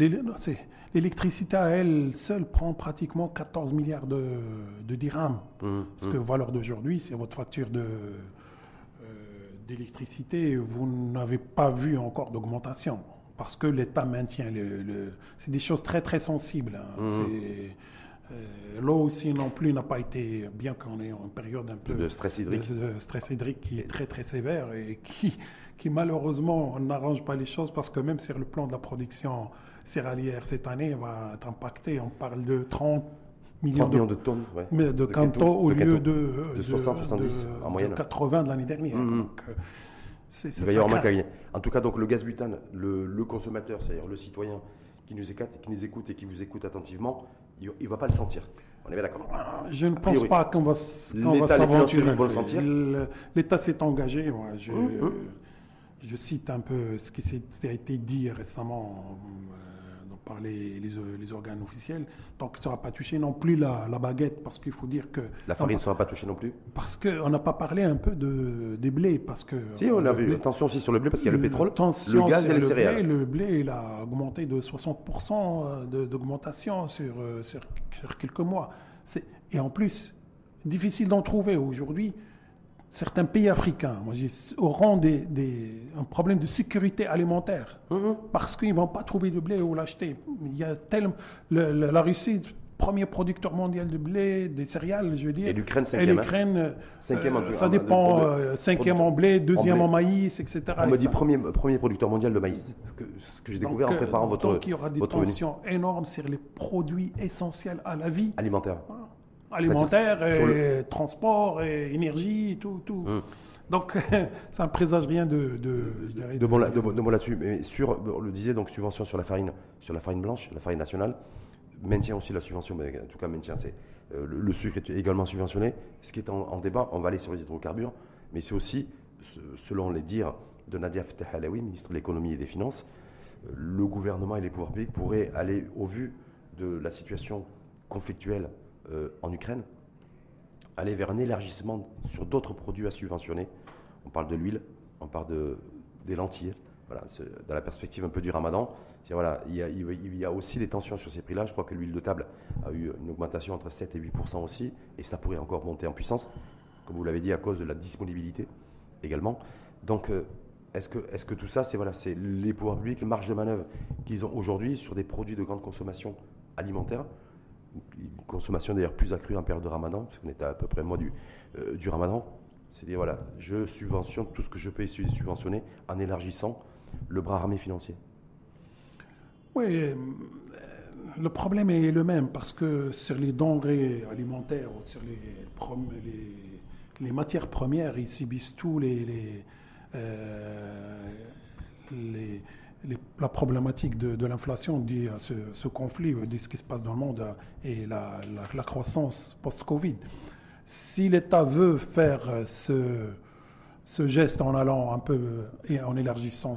l'électricité à elle seule prend pratiquement quatorze milliards de, de dirhams. Mmh, parce mmh. que valeur d'aujourd'hui, c'est votre facture de, euh, d'électricité. Vous n'avez pas vu encore d'augmentation. Parce que l'État maintient le, le... C'est des choses très, très sensibles. Hein. Mmh. C'est, Euh, L'eau aussi non plus n'a pas été, bien qu'on est en période un peu de stress hydrique, de, de stress hydrique qui est très très sévère et qui, qui malheureusement n'arrange pas les choses parce que même sur le plan de la production céréalière cette année va être impacté. On parle de trente millions de, de tonnes ouais. de, de quintaux au de lieu quintaux. de, de soixante soixante-dix de, en moyenne. de quatre-vingts de l'année dernière. Mmh. Donc, euh, c'est, Il va y avoir moins qu'à gagner. En tout cas, donc, le gaz butane, le, le consommateur, c'est-à-dire le citoyen qui nous, écoute, qui nous écoute et qui vous écoute attentivement, il ne va pas le sentir. On est bien d'accord? Je ne pense pas qu'on va, qu'on va s'aventurer. L'État s'est engagé. Ouais, je, mmh, mmh. je cite un peu ce qui a été dit récemment euh, par les, les, les organes officiels. Donc, ça ne sera pas touché non plus la, la baguette, parce qu'il faut dire que... La farine ne sera pas touchée non plus? Parce qu'on n'a pas parlé un peu de, des blés. Parce que, si, on a vu. Blé, attention aussi sur le blé, parce qu'il y a le pétrole, le gaz et les le céréales. Blé, le blé, il a augmenté de soixante pour cent d'augmentation sur, sur, sur quelques mois. Et en plus, difficile d'en trouver aujourd'hui. Certains pays africains moi, auront des, des, un problème de sécurité alimentaire mmh. parce qu'ils ne vont pas trouver de blé où l'acheter. Il y a tellement, le, le, la Russie, premier producteur mondial de blé, des céréales, je veux dire. Et l'Ukraine, cinquième. Et l'Ukraine, hein. cinquième euh, ça dépend, euh, cinquième en blé, deuxième en, blé. en maïs, et cetera. On me dit premier, premier producteur mondial de maïs. Ce que, ce que j'ai découvert donc, en préparant votre Donc il y aura des tensions menu. énormes sur les produits essentiels à la vie. Alimentaire. Voilà. Alimentaire, et le... transport, et énergie, tout. tout. Hum. Donc, ça ne présage rien de... De, de, de bon, là, de, de bon là-dessus. Mais sur, on le disait, donc subvention sur la farine, sur la farine blanche, la farine nationale, maintient aussi la subvention, mais en tout cas maintient, c'est, euh, le, le sucre est également subventionné. Ce qui est en, en débat, on va aller sur les hydrocarbures, mais c'est aussi, selon les dires de Nadia Fattah Alaoui, ministre de l'économie et des finances, le gouvernement et les pouvoirs publics pourraient aller, au vu de la situation conflictuelle Euh, en Ukraine, aller vers un élargissement sur d'autres produits à subventionner. On parle de l'huile, on parle de, des lentilles. Voilà, dans la perspective un peu du ramadan, voilà, il, y a, il y a aussi des tensions sur ces prix-là. Je crois que l'huile de table a eu une augmentation entre sept et huit pour cent aussi, et ça pourrait encore monter en puissance, comme vous l'avez dit, à cause de la disponibilité également. Donc, euh, est-ce que, est-ce que tout ça, c'est voilà, c'est les pouvoirs publics, les marges de manœuvre qu'ils ont aujourd'hui sur des produits de grande consommation alimentaire, une consommation d'ailleurs plus accrue en période de ramadan, parce qu'on est à, à peu près le mois du, euh, du ramadan. C'est-à-dire, voilà, je subventionne tout ce que je peux subventionner en élargissant le bras armé financier. Oui, euh, le problème est le même, parce que sur les denrées alimentaires, ou sur les, les, les matières premières, ils subissent tous les... les, euh, les Les, la problématique de, de l'inflation due à ce, ce conflit, de ce qui se passe dans le monde et la, la, la croissance post-Covid. Si l'État veut faire ce, ce geste en allant un peu et en élargissant,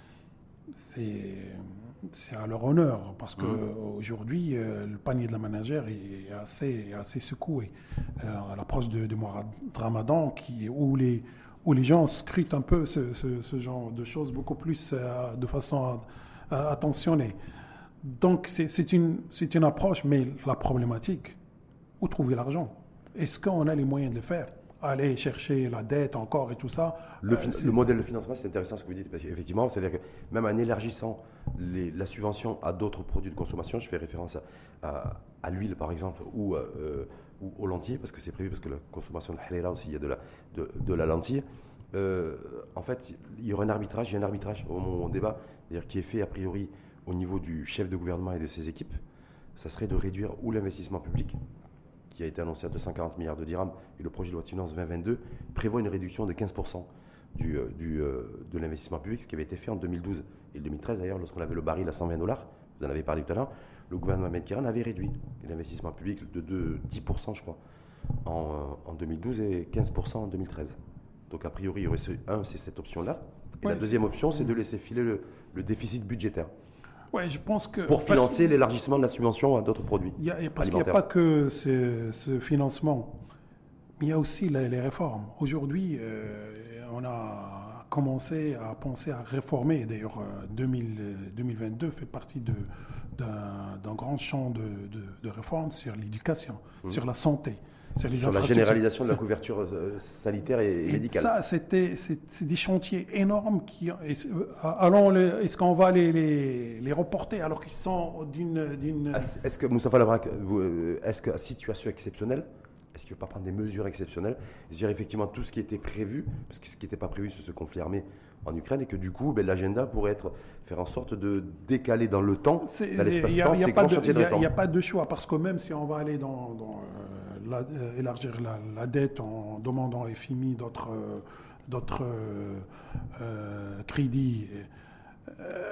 c'est, c'est à leur honneur, parce qu'aujourd'hui, mmh. euh, le panier de la ménagère est assez, assez secoué. Euh, à l'approche de, de mois de Ramadan, qui, où les où les gens scrutent un peu ce, ce, ce genre de choses beaucoup plus euh, de façon euh, attentionnée. Donc, c'est, c'est, une, c'est une approche, mais la problématique, où trouver l'argent? Est-ce qu'on a les moyens de le faire? Aller chercher la dette encore et tout ça. Le, fin- euh, le modèle de financement, c'est intéressant ce que vous dites, parce qu'effectivement, c'est-à-dire que même en élargissant les, la subvention à d'autres produits de consommation, je fais référence à, à, à l'huile par exemple, ou, euh, ou aux lentilles, parce que c'est prévu, parce que la consommation de halala aussi, il y a de la, de, de la lentille. Euh, en fait, il y aura un arbitrage, il y a un arbitrage au moment où on débat, c'est-à-dire qui est fait a priori au niveau du chef de gouvernement et de ses équipes. Ça serait de réduire ou l'investissement public, qui a été annoncé à deux cent quarante milliards de dirhams, et le projet de loi de finances vingt vingt-deux prévoit une réduction de quinze pour cent du, euh, du, euh, de l'investissement public, ce qui avait été fait en deux mille douze et deux mille treize d'ailleurs, lorsqu'on avait le baril à cent vingt dollars, vous en avez parlé tout à l'heure, le gouvernement Ahmed Kiran avait réduit l'investissement public de, de dix pour cent je crois en, en deux mille douze et quinze pour cent en deux mille treize. Donc a priori, il y aurait ce, un, c'est cette option-là, et ouais, la deuxième c'est... option, c'est de laisser filer le, le déficit budgétaire. Ouais, je pense que, pour financer fait, l'élargissement de la subvention à d'autres produits. Y a, parce qu'il n'y a pas que ce, ce financement, mais il y a aussi les, les réformes. Aujourd'hui, euh, on a commencé à penser à réformer. D'ailleurs, deux mille vingt-deux fait partie de, d'un, d'un grand champ de, de, de réformes sur l'éducation, mmh. sur la santé. c'est les sur la infrastructures. généralisation de la C'est- couverture euh, sanitaire et, et Et médicale. ça, c'était, c'est, c'est des chantiers énormes qui, et c'est- euh, allons, les- est-ce qu'on va les, les, les reporter alors qu'ils sont d'une, d'une Est-ce est-ce que Moustapha Labrac, vous, euh, est-ce que situation exceptionnelle, est-ce qu'il ne faut pas prendre des mesures exceptionnelles, c'est-à-dire effectivement tout ce qui était prévu, parce que ce qui n'était pas prévu c'est ce conflit armé en Ukraine, et que du coup ben, l'agenda pourrait être faire en sorte de décaler dans le temps, C'est- dans il l'espace-temps, n'y a, ces pas grands de- chantiers de il y a- réforme. il y a pas de choix, parce que même si on va aller dans, dans, euh, la- euh, élargir la, la dette en demandant à F M I d'autres, euh, d'autres euh, euh, crédits, euh,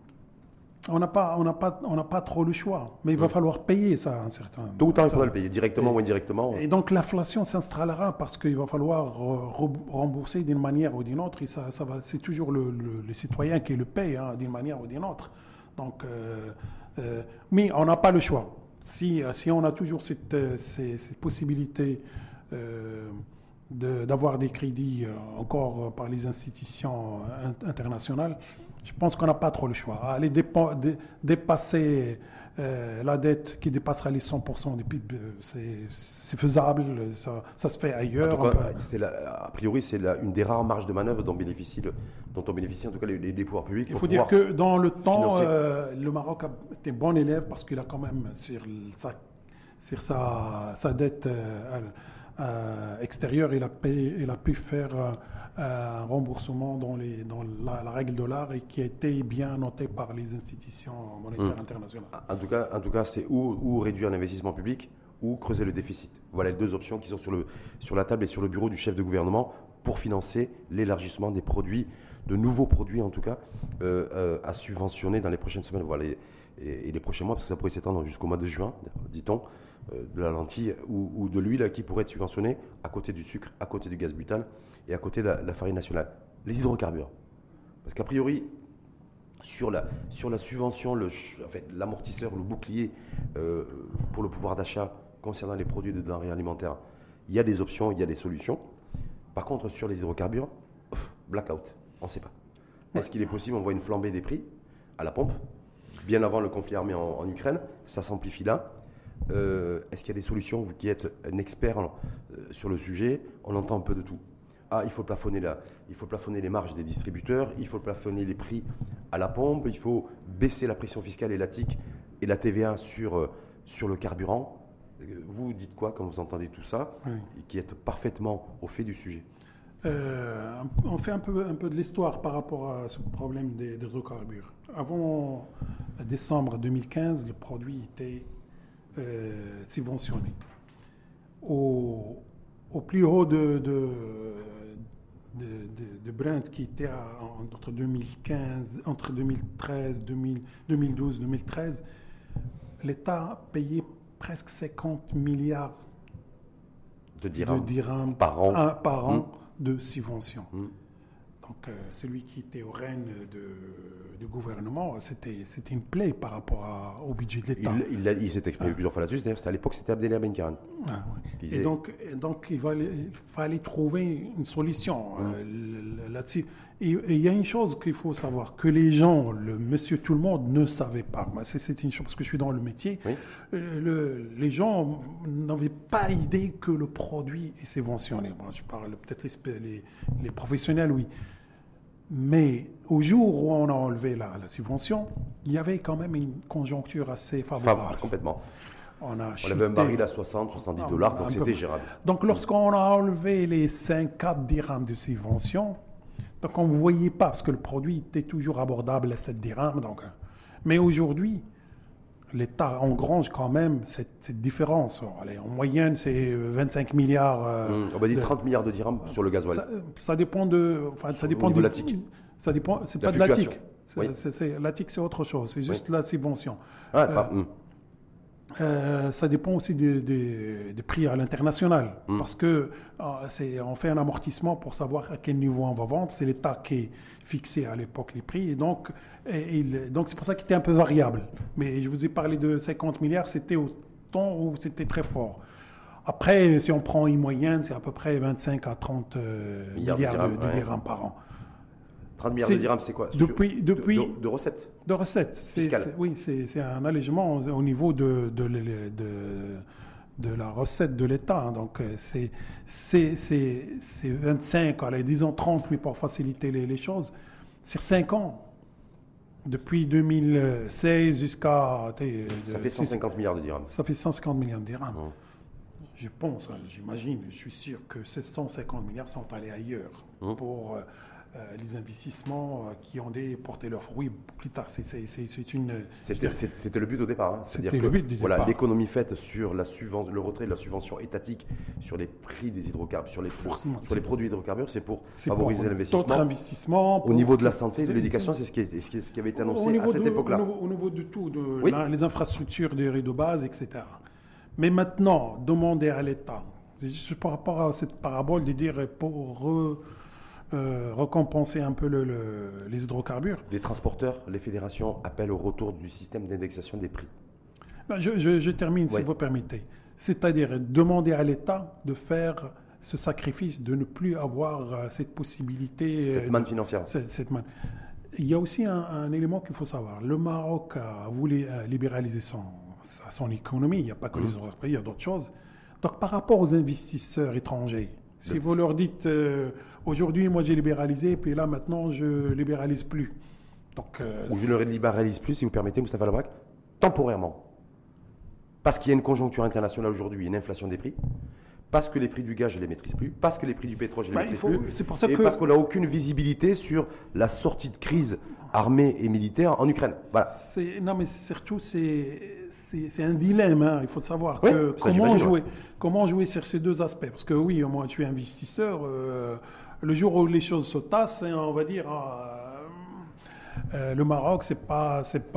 on n'a pas, on n'a pas, on n'a pas trop le choix. Mais il va Mm. falloir payer ça, un certain. Tôt ou tard, il ça. faudra le payer, directement Et- ou indirectement. Et donc l'inflation s'installera parce qu'il va falloir euh, re- rembourser d'une manière ou d'une autre. Et ça, ça va, c'est toujours le, le, le citoyen qui le paye hein, d'une manière ou d'une autre. Donc, euh, euh, mais on n'a pas le choix. Si, si on a toujours cette, euh, ces, ces possibilités euh, de- d'avoir des crédits euh, encore par les institutions in- internationales, je pense qu'on n'a pas trop le choix. Aller dépa- dé- dépasser euh, la dette qui dépassera les cent pour cent du P I B, euh, c'est, c'est faisable, ça, ça se fait En ailleurs. tout on cas, peut- c'est la- a priori, c'est la- une des rares marges de manœuvre dont, bénéficient le- dont ont bénéficié en tout cas les, les- les pouvoirs publics. Il pour faut dire pouvoir que dans le temps, financer. euh, le Maroc a été bon élève parce qu'il a quand même sur sa, sur sa, sa dette euh, euh, extérieure, il a, payé- il a pu faire euh, un remboursement dans, les, dans la, la règle de l'art et qui a été bien noté par les institutions monétaires Mm. internationales. En tout cas, en tout cas c'est ou, ou réduire l'investissement public ou creuser le déficit. Voilà les deux options qui sont sur, le, sur la table et sur le bureau du chef de gouvernement pour financer l'élargissement des produits, de nouveaux produits en tout cas, euh, euh, à subventionner dans les prochaines semaines voilà, et, et- et les prochains mois, parce que ça pourrait s'étendre jusqu'au mois de juin, dit-on, euh, de la lentille ou, ou de l'huile qui pourrait être subventionnée à côté du sucre, à côté du gaz butane et à côté de la, la farine nationale. Les hydrocarbures. Parce qu'a priori, sur la, sur la subvention, le, ch- en fait, l'amortisseur, le bouclier euh, pour le pouvoir d'achat concernant les produits de denrées alimentaires, il y a des options, il y a des solutions. Par contre, sur les hydrocarbures, pff, blackout, on ne sait pas. Est-ce qu'il est possible, on voit une flambée des prix à la pompe, bien avant le conflit armé en, en Ukraine, ça s'amplifie là. Euh, Est-ce qu'il y a des solutions, vous qui êtes un expert euh, sur le sujet, on entend un peu de tout. Ah, il faut plafonner la, il faut plafonner les marges des distributeurs, il faut plafonner les prix à la pompe, il faut baisser la pression fiscale et la T I C et la T V A sur, euh, sur le carburant. Euh, Vous dites quoi quand vous entendez tout ça, Oui. et qui êtes parfaitement au fait du sujet? Euh, on fait un peu, un peu de l'histoire par rapport à ce problème des, des hydrocarbures. Avant décembre deux mille quinze, le produit était euh, subventionné. Au, au plus haut de, de, de, de- de Brent qui était à- entre deux mille quinze, entre deux mille treize, deux mille, deux mille douze, deux mille treize, l'État payait presque cinquante milliards De de dirhams dirhams par an. un- par an Mm. de subventions. Mm. Donc, euh, celui qui était au règne de, de gouvernement, c'était, c'était une plaie par rapport à- au budget de l'État. Il, il, a- il s'est exprimé Ah. plusieurs fois là-dessus. D'ailleurs, c'était à l'époque, c'était Abdelhamid Ben Karan. Ah, ouais. Qui Et disait- donc, et donc il, fallait, il fallait trouver une solution euh, l- l- là-dessus. Et et il y a une chose qu'il faut savoir, que les gens, le monsieur tout le monde, ne savaient pas. Moi, c'est, c'est une chose, parce que je suis dans le métier. Oui. Euh, le- les gens n'avaient pas idée que le produit est subventionné. Bon, je parle peut-être les, spé- les, les professionnels, oui. Mais au jour où on a enlevé la, la subvention, il y avait quand même une conjoncture assez favorable. Enfin, complètement. On, a On avait un chuté. baril à soixante, soixante-dix Ah, dollars, un donc peu. c'était gérable. Donc, lorsqu'on a enlevé les cinquante dirhams de subvention, donc on ne voyait pas, parce que le produit était toujours abordable à sept dirhams. Donc, hein. Mais aujourd'hui, l'État engrange quand même cette, cette différence. Allez, en moyenne, c'est vingt-cinq milliards. euh, Hum, On va dire de- trente milliards de dirhams sur le gasoil. ça, ça dépend de. Enfin, ça Au dépend niveau du- de la T I C. Ça dépend. C'est La pas de la T I C. fluctuation. C'est- Oui. c'est- c'est- la T I C, c'est autre chose. C'est juste la subvention. Ah, pas- hum. Euh, ça dépend aussi des, des- des prix à l'international. Mm. Parce que euh, c'est, on fait un amortissement pour savoir à quel niveau on va vendre. C'est l'État qui est fixé à l'époque les prix. Et donc, et il- donc c'est pour ça qu'il était un peu variable. Mais je vous ai parlé de cinquante milliards, c'était au temps où c'était très fort. Après, si on prend une moyenne, c'est à peu près vingt-cinq à trente euh, Milliards milliards, de de, dirhams, de ouais. dirhams par an. trente milliards C'est- de dirhams, c'est quoi? depuis- Sur- depuis- de, de- de recettes. De recettes. C'est- Fiscales. c'est- oui, c'est c'est un allègement au niveau de, de, de, de, de la recette de l'État. Hein. Donc, euh, c'est, c'est, c'est, c'est vingt-cinq, allez, disons trente, mais pour faciliter les, les choses, sur cinq ans. Depuis deux mille seize jusqu'à... Ça fait cent cinquante milliards de dirhams. Ça fait cent cinquante milliards de dirhams. Mmh. Je pense, j'imagine, je suis sûr que ces cent cinquante milliards sont allés ailleurs mmh. pour euh, euh, les investissements euh, qui ont des, porté leurs fruits plus tard. C'est, c'est, c'est, c'est une, c'était, c'est, c'était le but au départ. Hein. C'était le but du voilà, départ. L'économie faite sur la subvention, le retrait de la subvention étatique sur les prix des hydrocarbures, sur les, sur les produits hydrocarbures, c'est pour c'est favoriser pour l'investissement. D'autres investissements. Au niveau de la santé, de l'éducation, c'est ce qui, est, ce qui, ce qui avait été annoncé à cette de, époque-là. Au niveau, au niveau de tout, de oui. la, les infrastructures des rideaux de base, et cetera. Mais maintenant, demander à l'État, c'est juste par rapport à cette parabole de dire pour re, euh, récompenser un peu le, le, les hydrocarbures. Les transporteurs, les fédérations appellent au retour du système d'indexation des prix. Ben je, je, je termine, oui. si vous permettez. C'est-à-dire demander à l'État de faire ce sacrifice, de ne plus avoir cette possibilité. Cette manne financière. Cette, cette manne. Il y a aussi un, un élément qu'il faut savoir. Le Maroc a voulu libéraliser son, son économie. Il n'y a pas que mmh. les hydrocarbures, il y a d'autres choses. Donc, par rapport aux investisseurs étrangers, si le vous leur dites euh, aujourd'hui, moi j'ai libéralisé, puis là maintenant je libéralise plus. Donc, euh, Ou je ne libéralise plus, si vous permettez, Moustapha Labrac, temporairement. Parce qu'il y a une conjoncture internationale aujourd'hui, une inflation des prix, parce que les prix du gaz, je ne les maîtrise plus, parce que les prix du pétrole, je ne les bah, maîtrise faut, plus, c'est pour ça et que... parce qu'on n'a aucune visibilité sur la sortie de crise armée et militaire en Ukraine. Voilà. C'est, non, mais surtout, c'est, c'est, c'est un dilemme. Hein. Il faut savoir oui, que ça, comment, jouer, ouais. comment jouer sur ces deux aspects. Parce que oui, moi, je suis investisseur. Euh, le jour où les choses se tassent, hein, on va dire, euh, euh, le Maroc, c'est pas, c'est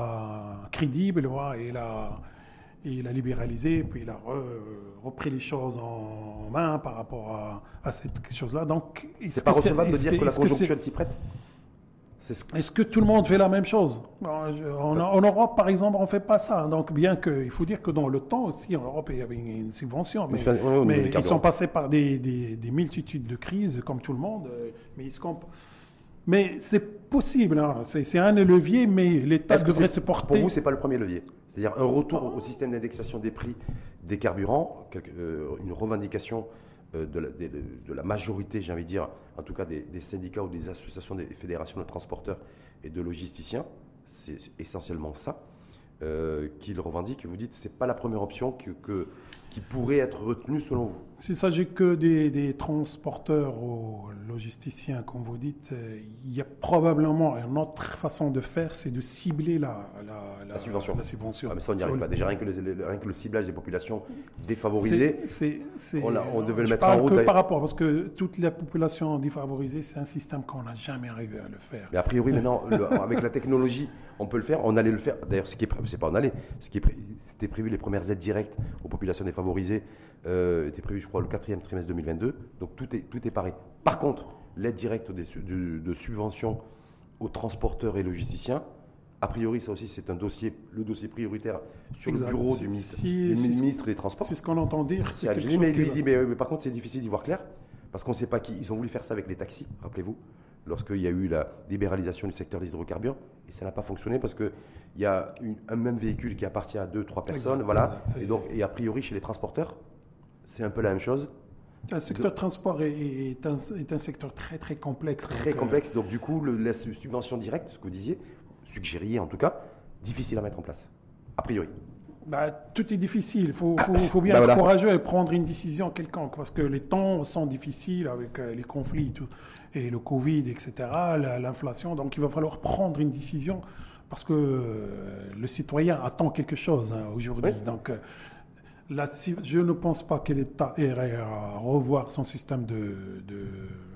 pas crédible. Ouais, et la, Et il a libéralisé, puis il a re, repris les choses en main par rapport à, à cette chose-là. Donc, c'est pas recevable de dire que, que la conjoncture elle s'y prête. C'est ce... Est-ce que tout le monde fait la même chose? En, en Europe, par exemple, on ne fait pas ça. Donc, bien que, il faut dire que dans le temps aussi, en Europe, il y avait une subvention. Mais, mais, oui, mais ils sont passés par des, des, des multitudes de crises, comme tout le monde. Mais, ils se comp... mais c'est possible. Hein. C'est, c'est un levier, mais l'État devrait se porter. Pour vous, ce n'est pas le premier levier. C'est-à-dire un retour au système d'indexation des prix des carburants, une revendication de la, de, de la majorité, j'ai envie de dire, en tout cas des, des syndicats ou des associations, des fédérations de transporteurs et de logisticiens, c'est essentiellement ça euh, qu'ils revendiquent. Et vous dites que ce n'est pas la première option que, que, qui pourrait être retenue selon vous. S'il ne s'agit que des, des transporteurs ou logisticiens, comme vous dites, il y a probablement une autre façon de faire, c'est de cibler la, la, la, la subvention. La subvention. Ah, mais ça, on n'y arrive pas. Déjà, rien que, le, rien que le ciblage des populations défavorisées, c'est, c'est, on, a, on devait le je mettre en route. Que par rapport, parce que toute la population défavorisée, c'est un système qu'on n'a jamais arrivé à le faire. Mais a priori, maintenant, le, avec la technologie, on peut le faire. On allait le faire. D'ailleurs, ce qui est prévu, c'est pas on allait. Ce qui est pré... C'était prévu, les premières aides directes aux populations défavorisées euh, étaient prévues, je crois, le quatrième trimestre deux mille vingt-deux. Donc tout est, tout est pareil. Par contre, l'aide directe des, de, de subventions aux transporteurs et logisticiens, a priori, ça aussi, c'est un dossier, le dossier prioritaire sur exact. Le bureau du ministre, si, du si, ministre des Transports. C'est ce qu'on entend dire. C'est quelque chose mais lui dit, mais, mais par contre, c'est difficile d'y voir clair, parce qu'on ne sait pas qui. Ils ont voulu faire ça avec les taxis, rappelez-vous, lorsqu'il y a eu la libéralisation du secteur des hydrocarbures, et ça n'a pas fonctionné parce qu'il y a une, un même véhicule qui appartient à deux, trois personnes, exact, voilà. Exact, et donc, et a priori, chez les transporteurs, c'est un peu la même chose. Le secteur de transport est, est, un, est un secteur très, très complexe. Très donc, complexe. Euh... Donc, du coup, le, la subvention directe, ce que vous disiez, suggériez en tout cas, difficile à mettre en place, a priori. Bah, tout est difficile. Il faut, faut, faut bien bah être voilà. courageux et prendre une décision quelconque, parce que les temps sont difficiles avec euh, les conflits tout, et le Covid, et cetera, la, l'inflation. Donc, il va falloir prendre une décision parce que euh, le citoyen attend quelque chose hein, aujourd'hui. Oui. Donc, euh, là, si, je ne pense pas que l'État irait à revoir son système de... de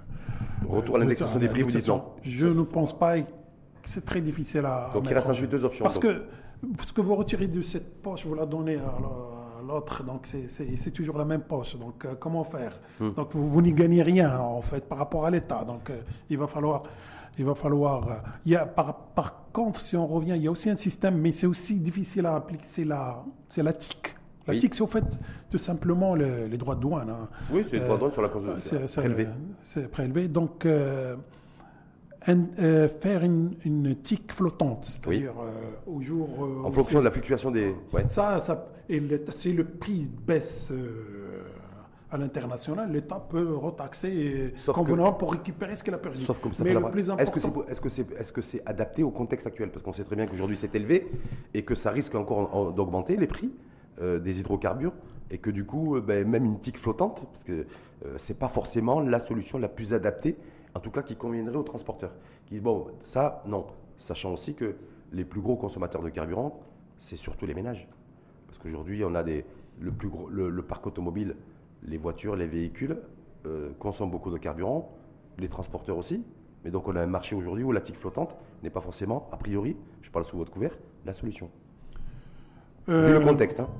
Retour à l'indexation des prix, vous dites non? Je ne pense pas. C'est très difficile à... Donc, à il reste ensuite deux options. Parce donc. que ce que vous retirez de cette poche, vous la donnez à l'autre. Donc, c'est, c'est, c'est toujours la même poche. Donc, euh, comment faire hmm. Donc, vous, vous n'y gagnez rien, en fait, par rapport à l'État. Donc, euh, il va falloir... Il va falloir... Euh, il y a, par, par contre, si on revient, il y a aussi un système, mais c'est aussi difficile à appliquer, c'est la, c'est la T I C. La oui. T I C, c'est au fait tout simplement le, les droits de douane. Hein. Oui, c'est les droits de douane sur la cause c'est, c'est prélevé. C'est prélevé. Donc... Euh, un, euh, faire une, une tique flottante, c'est-à-dire Oui. euh, au jour... euh, En où fonction c'est- de la fluctuation des. Ouais. Ça, ça et le- si le prix baisse euh, à l'international, l'État peut retaxer Sauf que- convenablement pour récupérer ce qu'il a perdu. Sauf comme ça Mais fait le la plus Est-ce que c'est important- est-ce que c'est est-ce que c'est adapté au contexte actuel? Parce qu'on sait très bien qu'aujourd'hui c'est élevé et que ça risque encore en- d'augmenter les prix euh, des hydrocarbures et que du coup euh, ben, même une tique flottante, parce que euh, c'est pas forcément la solution la plus adaptée, en tout cas qui conviendrait aux transporteurs. Qui disent bon ça non, sachant aussi que les plus gros consommateurs de carburant c'est surtout les ménages, parce qu'aujourd'hui on a des le plus gros le, le parc automobile, les voitures, les véhicules euh, consomment beaucoup de carburant, les transporteurs aussi. Mais donc on a un marché aujourd'hui où la tique flottante n'est pas forcément, a priori, je parle sous votre couvert, la solution. Euh, Vu le contexte. Hein.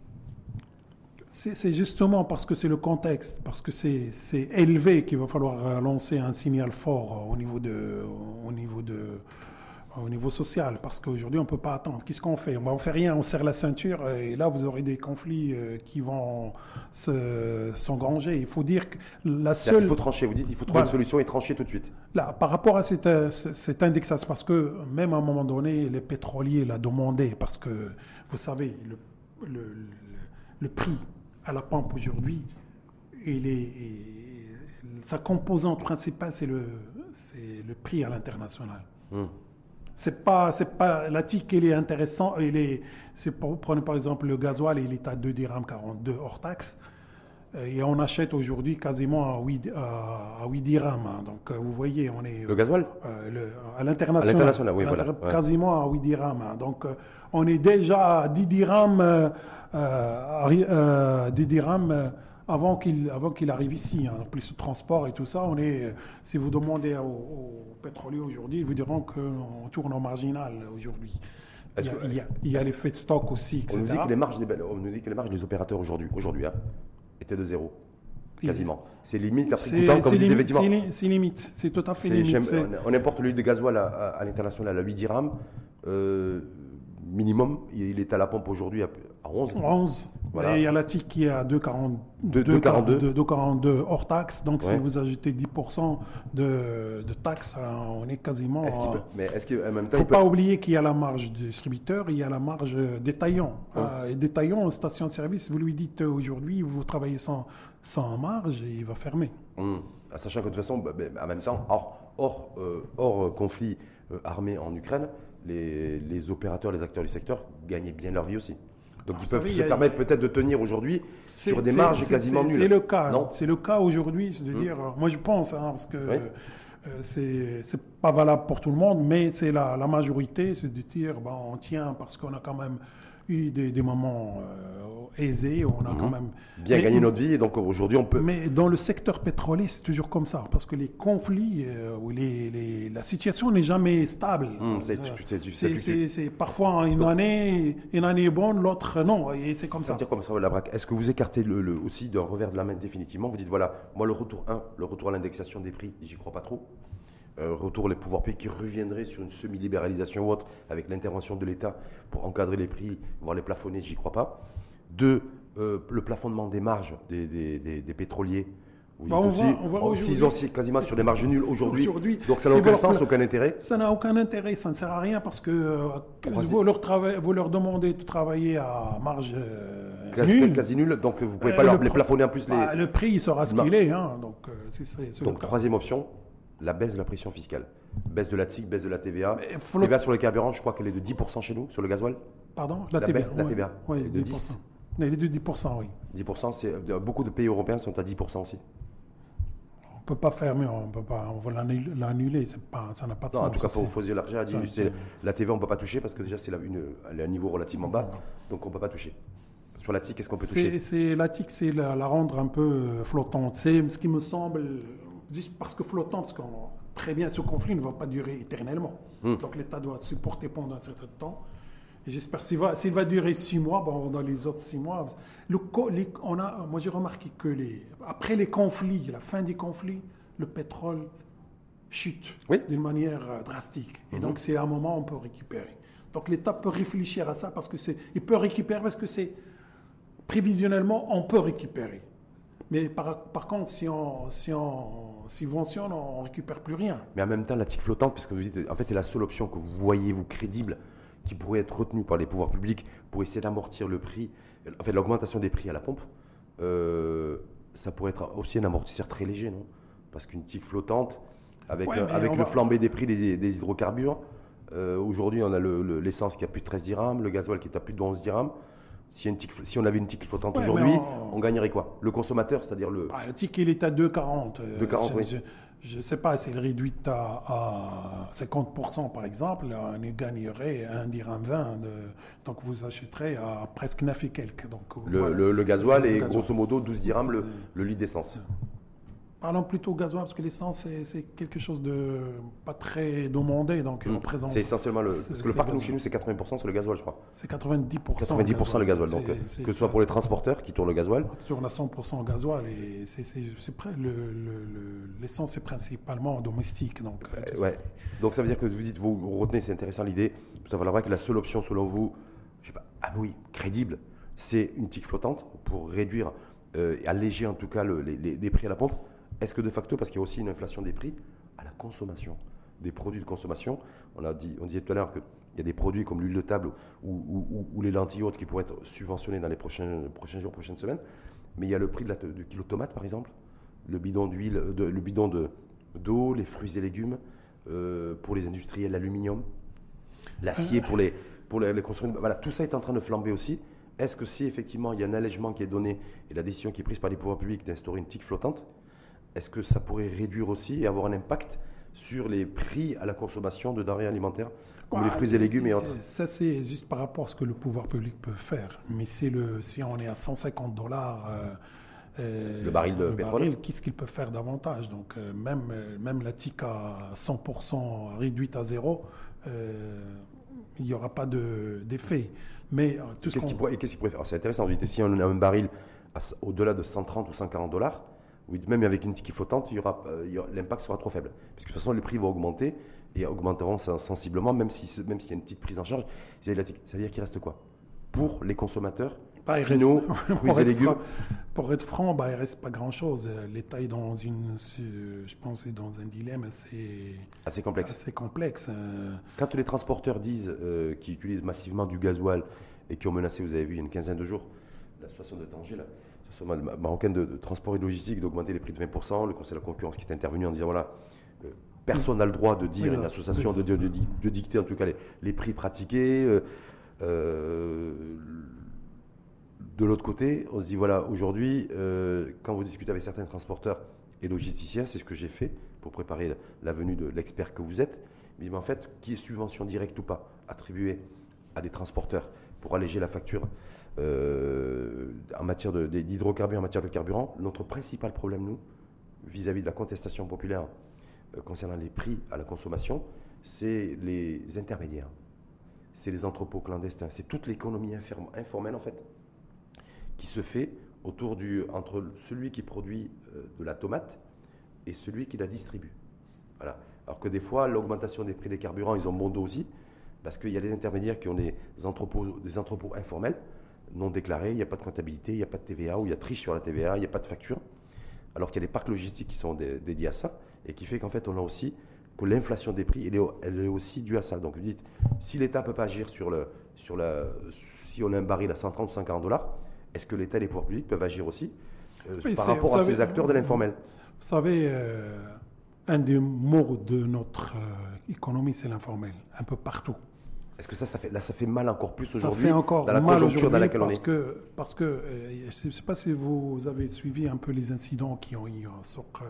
C'est c'est justement parce que c'est le contexte, parce que c'est c'est élevé qu'il va falloir euh, lancer un signal fort euh, au niveau de, au niveau de, au niveau social, parce qu'aujourd'hui on peut pas attendre. Qu'est-ce qu'on fait? On ne fait rien, on serre la ceinture et là vous aurez des conflits euh, qui vont se- s'engranger. Il faut dire que la C'est-à-dire seule, qu'il faut trancher, vous dites, il faut trouver Voilà. une solution et trancher tout de suite. là, par rapport à cette, euh, ce- cette indexation, parce que même à un moment donné, les pétroliers l'ont demandé, parce que vous savez, le, le, le, le prix à la pompe aujourd'hui, il est, et sa composante principale, c'est le, c'est le prix à l'international. Hum. C'est pas, c'est pas, la tique, elle est intéressante, elle est, c'est pour, prenez par exemple le gasoil, il est à deux dirhams quarante-deux hors taxe. Et on achète aujourd'hui quasiment à huit, à, à huit dirhams. hein. Donc, euh, vous voyez, on est Le gasoil euh, le- à l'international. À l'international, oui, À voilà, l'inter- ouais. Quasiment à huit dirhams. hein. Donc, euh, on est déjà à dix dirhams, euh, euh, arri- euh, dix dirhams euh, avant qu'il avant qu'il arrive ici. hein. En plus, le transport et tout ça, on est. euh, Si vous demandez aux, aux pétroliers aujourd'hui, ils vous diront qu'on tourne en marginal aujourd'hui. Il y a, Est-ce que- il y a- il y a l'effet de stock aussi, On nous, et cetera. dit que les marges des, on nous dit que les marges des opérateurs aujourd'hui, aujourd'hui hein, étaient de zéro. Quasiment. C'est limite après C'est coûtant, comme c'est vous dites, limite, effectivement. c'est li- c'est limite, c'est tout à fait C'est- limite. j'aime- c'est- on, on importe le litre de gasoil à, à- à l'international à huit dirhams. Euh, minimum, il, il est à la pompe aujourd'hui à, à onze. onze. Voilà. Et il y a la tique qui est à deux virgule deux- deux virgule quarante-deux. deux virgule quarante-deux hors taxe. Donc, si Ouais. vous ajoutez dix pour cent de, de taxes, alors on est quasiment. Est-ce qu'il à- peut- mais est-ce qu'en même Il temps, ne faut il peut- pas oublier qu'il y a la marge du distributeur, il y a la marge euh, détaillant. Ouais. Euh, et détaillant en station-service, vous lui dites euh, aujourd'hui, vous travaillez sans, sans marge et il va fermer. Hum. Sachant que de toute façon, bah, bah, en même temps, hors, hors, euh, hors euh, conflit euh, armé en Ukraine, les, les opérateurs, les acteurs du secteur gagnaient bien leur vie aussi. Donc Ah, ils vous peuvent savez, se il y a- permettre peut-être de tenir aujourd'hui C'est- sur des c'est- marges c'est- quasiment c'est- nulles. C'est le cas. Non. C'est le cas aujourd'hui, c'est de Hmm. dire, euh, moi je pense, hein, parce que Oui. euh, c'est c'est pas valable pour tout le monde, mais c'est la, la majorité, c'est de dire, bon, on tient parce qu'on a quand même eu des, des moments euh, aisés, on a quand même Bien mais- gagné notre vie et donc aujourd'hui on peut. Mais dans le secteur pétrolier, c'est toujours comme ça, parce que les conflits euh, ou les, les- la situation n'est jamais stable. Hum, c'est- tu- tu- tu- tu- C'est- tu- c'est c'est parfois une année, une année est bonne, l'autre non, et c'est comme Ça ça. veut dire comme ça, la braque. Est-ce que vous écartez le, le- aussi d'un revers de la main définitivement? Vous dites voilà, moi le retour un, le retour à l'indexation des prix, j'y crois pas trop. Euh, retour les pouvoirs publics qui reviendraient sur une semi-libéralisation ou autre avec l'intervention de l'État pour encadrer les prix, voire les plafonner, j'y crois pas. Deux, euh, le plafonnement des marges des, des- des- des pétroliers. Vous Bah, dites on aussi, voit- on voit oh, aujourd'hui- s'ils ont si- quasiment sur des marges nulles aujourd'hui, Aujourd'hui, donc ça n'a si aucun vous- sens, aucun intérêt. Ça n'a aucun intérêt, ça ne sert à rien parce que euh, Croisez- vous leur, trava- vous leur demandez de travailler à marge euh, Quasi, nulle. quasi nul, donc vous pouvez Euh, pas leur, le les pr- plafonner en plus. Les... Bah, le prix il sera ce Non. qu'il est, hein, donc euh, c'est c'est- c'est le Donc cas. troisième option, la baisse de la pression fiscale. Baisse de la T I C, baisse de la T V A. Mais faut T V A le- sur le carburant, je crois qu'elle est de dix pour cent chez nous, sur le gasoil. Pardon, la T V A. baisse de la ouais. T V A, Ouais, de dix pour dix. cent. Elle est de dix pour cent, oui. dix pour cent, c'est, euh, beaucoup de pays européens sont à dix pour cent aussi. On peut pas fermer, on peut pas, on va l'annuler, l'annuler, c'est pas, ça n'a pas de Non, sens. en tout cas, il faut, c'est- faut se élargir. à dix. ça, C'est- c'est- La T V A, on ne peut pas toucher parce que déjà, c'est la- une, elle est à un niveau relativement bas. Donc, on ne peut pas toucher. Sur la T I C, qu'est-ce qu'on peut C'est, toucher c'est la T I C, c'est la, la rendre un peu euh, flottante. C'est ce qui me semble, juste parce que flottante, parce qu'on très bien, ce conflit ne va pas durer éternellement. Hmm. Donc l'État doit supporter pendant un certain temps. Et j'espère s'il va, s'il va durer six mois, bon, dans les autres six mois, le, co- les- on a, moi j'ai remarqué que les, après les conflits, la fin des conflits, le pétrole chute Oui. d'une manière euh, drastique. Et Mhm. donc c'est un moment où on peut récupérer. Donc l'État peut réfléchir à ça parce que c'est, il peut récupérer parce que c'est prévisionnellement on peut récupérer. Mais par, par contre, si on, si on subventionne, on ne récupère plus rien. Mais en même temps, la tique flottante, puisque vous dites, en fait, c'est la seule option que vous voyez, vous, crédible, qui pourrait être retenue par les pouvoirs publics pour essayer d'amortir le prix, en fait, l'augmentation des prix à la pompe. Euh, ça pourrait être aussi un amortisseur très léger, non? Parce qu'une tique flottante, avec, Ouais, euh, avec le va... flambé des prix des, des hydrocarbures, euh, aujourd'hui, on a le, le, l'essence qui a plus de treize dirhams, le gasoil qui est à plus de onze dirhams. Si, une tique, si on avait une tique flottante ouais, aujourd'hui, on... on gagnerait quoi? Le consommateur, c'est-à-dire le... Ah, le tique, il est à deux quarante. deux quarante, oui. Je ne sais pas, s'il réduit à, à cinquante pour cent, par exemple, on gagnerait un dirham vingt. De, donc, vous achèterez à presque neuf et quelques. Donc, le, voilà. le, le gasoil le, est le gasoil. grosso modo douze dirhams le, le litre d'essence. Parlons plutôt gasoil, parce que l'essence, c'est, c'est quelque chose de pas très demandé. Donc, mmh. représente, c'est essentiellement le... Parce que le parc, nous, chez nous, c'est quatre-vingts pour cent sur le gasoil, je crois. C'est quatre-vingt-dix pour cent. quatre-vingt-dix pour cent le gasoil. Donc, c'est, c'est, que ce soit pour les transporteurs qui tournent le gasoil. On tourne à cent pour cent au gasoil. Et c'est, c'est, c'est près, le, le, le, l'essence, c'est principalement domestique. Donc, euh, ouais. donc, ça veut dire que vous dites, vous retenez, c'est intéressant l'idée. Tout à fait vrai que la seule option, selon vous, je sais pas, ah oui, crédible, c'est une tique flottante pour réduire euh, et alléger en tout cas le, les, les, les prix à la pompe. Est-ce que de facto, parce qu'il y a aussi une inflation des prix à la consommation, des produits de consommation, on, a dit, on disait tout à l'heure qu'il y a des produits comme l'huile de table ou, ou, ou les lentilles hautes qui pourraient être subventionnés dans les prochains, prochains jours, prochaines semaines, mais il y a le prix de la, du kilo de tomate par exemple, le bidon d'huile, de, le bidon de, d'eau, les fruits et légumes, euh, pour les industriels, l'aluminium, l'acier pour les, pour les, les constructeurs. Voilà, tout ça est en train de flamber aussi. Est-ce que si effectivement il y a un allègement qui est donné et la décision qui est prise par les pouvoirs publics d'instaurer une tique flottante, est-ce que ça pourrait réduire aussi et avoir un impact sur les prix à la consommation de denrées alimentaires, comme bah, les fruits et légumes et autres? Ça, c'est juste par rapport à ce que le pouvoir public peut faire. Mais c'est le, si on est à cent cinquante dollars euh, euh, le baril de le pétrole, baril, qu'est-ce qu'il peut faire davantage? Donc, euh, même, euh, même la tique à cent pour cent réduite à zéro, euh, il n'y aura pas de, d'effet. Mais euh, tout qu'est-ce ce qu'il pourrait, et qu'est-ce qu'il pourrait faire? Alors, c'est intéressant. Vous dites, si on a un baril à, au-delà de cent trente ou cent quarante dollars, oui, même avec une tique flottante, il y aura, il y aura, l'impact sera trop faible. Parce que de toute façon, les prix vont augmenter et augmenteront sensiblement, même s'il même s'il y a une petite prise en charge. Ça veut dire qu'il reste quoi? Pour les consommateurs bah, finaux, fruits et légumes. Franc, pour être franc, bah, il ne reste pas grand-chose. L'État est dans une, je pense, est dans un dilemme assez, assez complexe. Assez complexe. Quand les transporteurs disent euh, qu'ils utilisent massivement du gasoil et qui ont menacé, vous avez vu, il y a une quinzaine de jours, la situation de Tanger, là, marocaine de, de transport et de logistique, d'augmenter les prix de vingt pour cent, le Conseil de la concurrence qui est intervenu en disant voilà, euh, personne n'a le droit de dire, oui, une association de, de, de, de dicter en tout cas les, les prix pratiqués. Euh, euh, de l'autre côté, on se dit voilà, aujourd'hui, euh, quand vous discutez avec certains transporteurs et logisticiens, c'est ce que j'ai fait pour préparer la, la venue de l'expert que vous êtes, mais en fait, qui est subvention directe ou pas attribuée à des transporteurs pour alléger la facture Euh, en matière de, d'hydrocarbures, en matière de carburant, notre principal problème, nous, vis-à-vis de la contestation populaire euh, concernant les prix à la consommation, c'est les intermédiaires. C'est les entrepôts clandestins. C'est toute l'économie informelle, en fait, qui se fait autour du, entre celui qui produit euh, de la tomate et celui qui la distribue. Voilà. Alors que des fois, l'augmentation des prix des carburants, ils ont bon dos aussi, parce qu'il y a des intermédiaires qui ont des entrepôts, des entrepôts informels, non déclarés, il n'y a pas de comptabilité, il n'y a pas de T V A, ou il y a triche sur la T V A, il n'y a pas de facture, alors qu'il y a des parcs logistiques qui sont dé- dédiés à ça, et qui fait qu'en fait, on a aussi que l'inflation des prix, elle est, elle est aussi due à ça. Donc, vous dites, si l'État ne peut pas agir sur le, sur la, si on a un baril à cent trente ou cent quarante dollars, est-ce que l'État et les pouvoirs publics peuvent agir aussi euh, oui, par rapport à savez, ces acteurs de l'informel? Vous savez, euh, un des mots de notre euh, économie, c'est l'informel, un peu partout. Est-ce que ça, ça fait, là, ça fait mal encore plus ça aujourd'hui fait encore dans la mal conjoncture dans laquelle on parce est que, parce que euh, je ne sais pas si vous avez suivi un peu les incidents qui ont eu sur... Euh...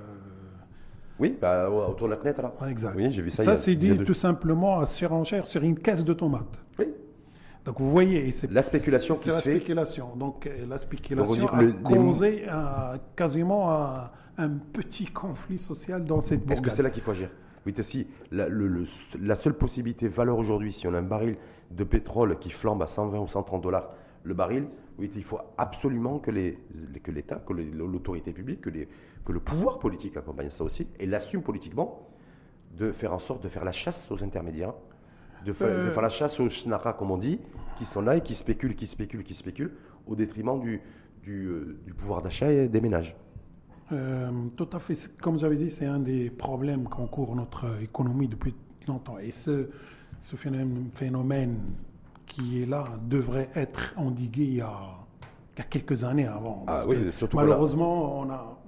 Oui, bah, autour de la fenêtre, là. Exact. Oui, j'ai vu ça. Ça, c'est dit de... tout simplement à surenchère sur une caisse de tomates. Oui. Donc, vous voyez... Et c'est, la spéculation c'est, qui c'est se la fait. spéculation. Donc, la spéculation Donc, a le, causé les... un, quasiment un, un petit conflit social dans cette bourgade. Est-ce que c'est là qu'il faut agir? Oui, aussi, la, le, le, la seule possibilité, valeur aujourd'hui, si on a un baril de pétrole qui flambe à cent vingt ou cent trente dollars le baril, oui, il faut absolument que, les, que l'État, que les, l'autorité publique, que, les, que le pouvoir politique accompagne ça aussi, et l'assume politiquement, de faire en sorte de faire la chasse aux intermédiaires, de, fa- euh... de faire la chasse aux schnara, comme on dit, qui sont là et qui spéculent, qui spéculent, qui spéculent, au détriment du, du, euh, du pouvoir d'achat et des ménages. Euh, tout à fait. Comme j'avais dit, c'est un des problèmes qu'encourt notre économie depuis longtemps. Et ce, ce phénomène, phénomène qui est là devrait être endigué il y a, il y a quelques années avant. Ah, oui, surtout malheureusement, on a...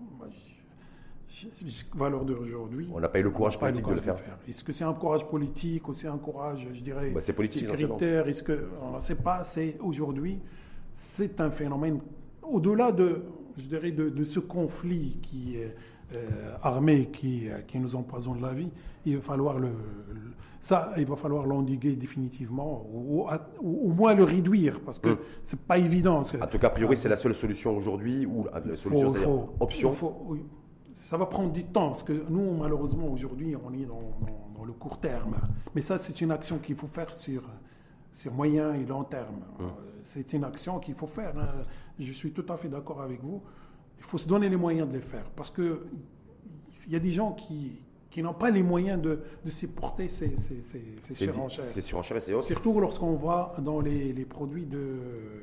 valeur d'aujourd'hui. On n'a pas eu le courage politique de le faire. faire. Est-ce que c'est un courage politique ou c'est un courage, je dirais, bah, c'est politique, sécuritaire? Est-ce que on ne sait pas? C'est aujourd'hui, c'est un phénomène au-delà de, je dirais, de, de ce conflit qui est euh, armé, qui, qui nous empoisonne la vie. Il va falloir le, le ça, il va falloir l'endiguer définitivement, ou, ou, au moins le réduire, parce que mmh. c'est pas évident. Parce que, en tout cas, a priori, c'est la seule solution aujourd'hui, ou la solution, c'est-à-dire option. Faut, oui. Ça va prendre du temps, parce que nous, malheureusement, aujourd'hui, on est dans, dans, dans le court terme. Mais ça, c'est une action qu'il faut faire sur, sur moyen et long terme. Mmh. C'est une action qu'il faut faire. Je suis tout à fait d'accord avec vous. Il faut se donner les moyens de les faire. Parce qu'il y a des gens qui, qui n'ont pas les moyens de, de supporter ces, ces, ces, ces surenchères. Ces surenchères et ces hausses. Surtout lorsqu'on va dans les, les produits de...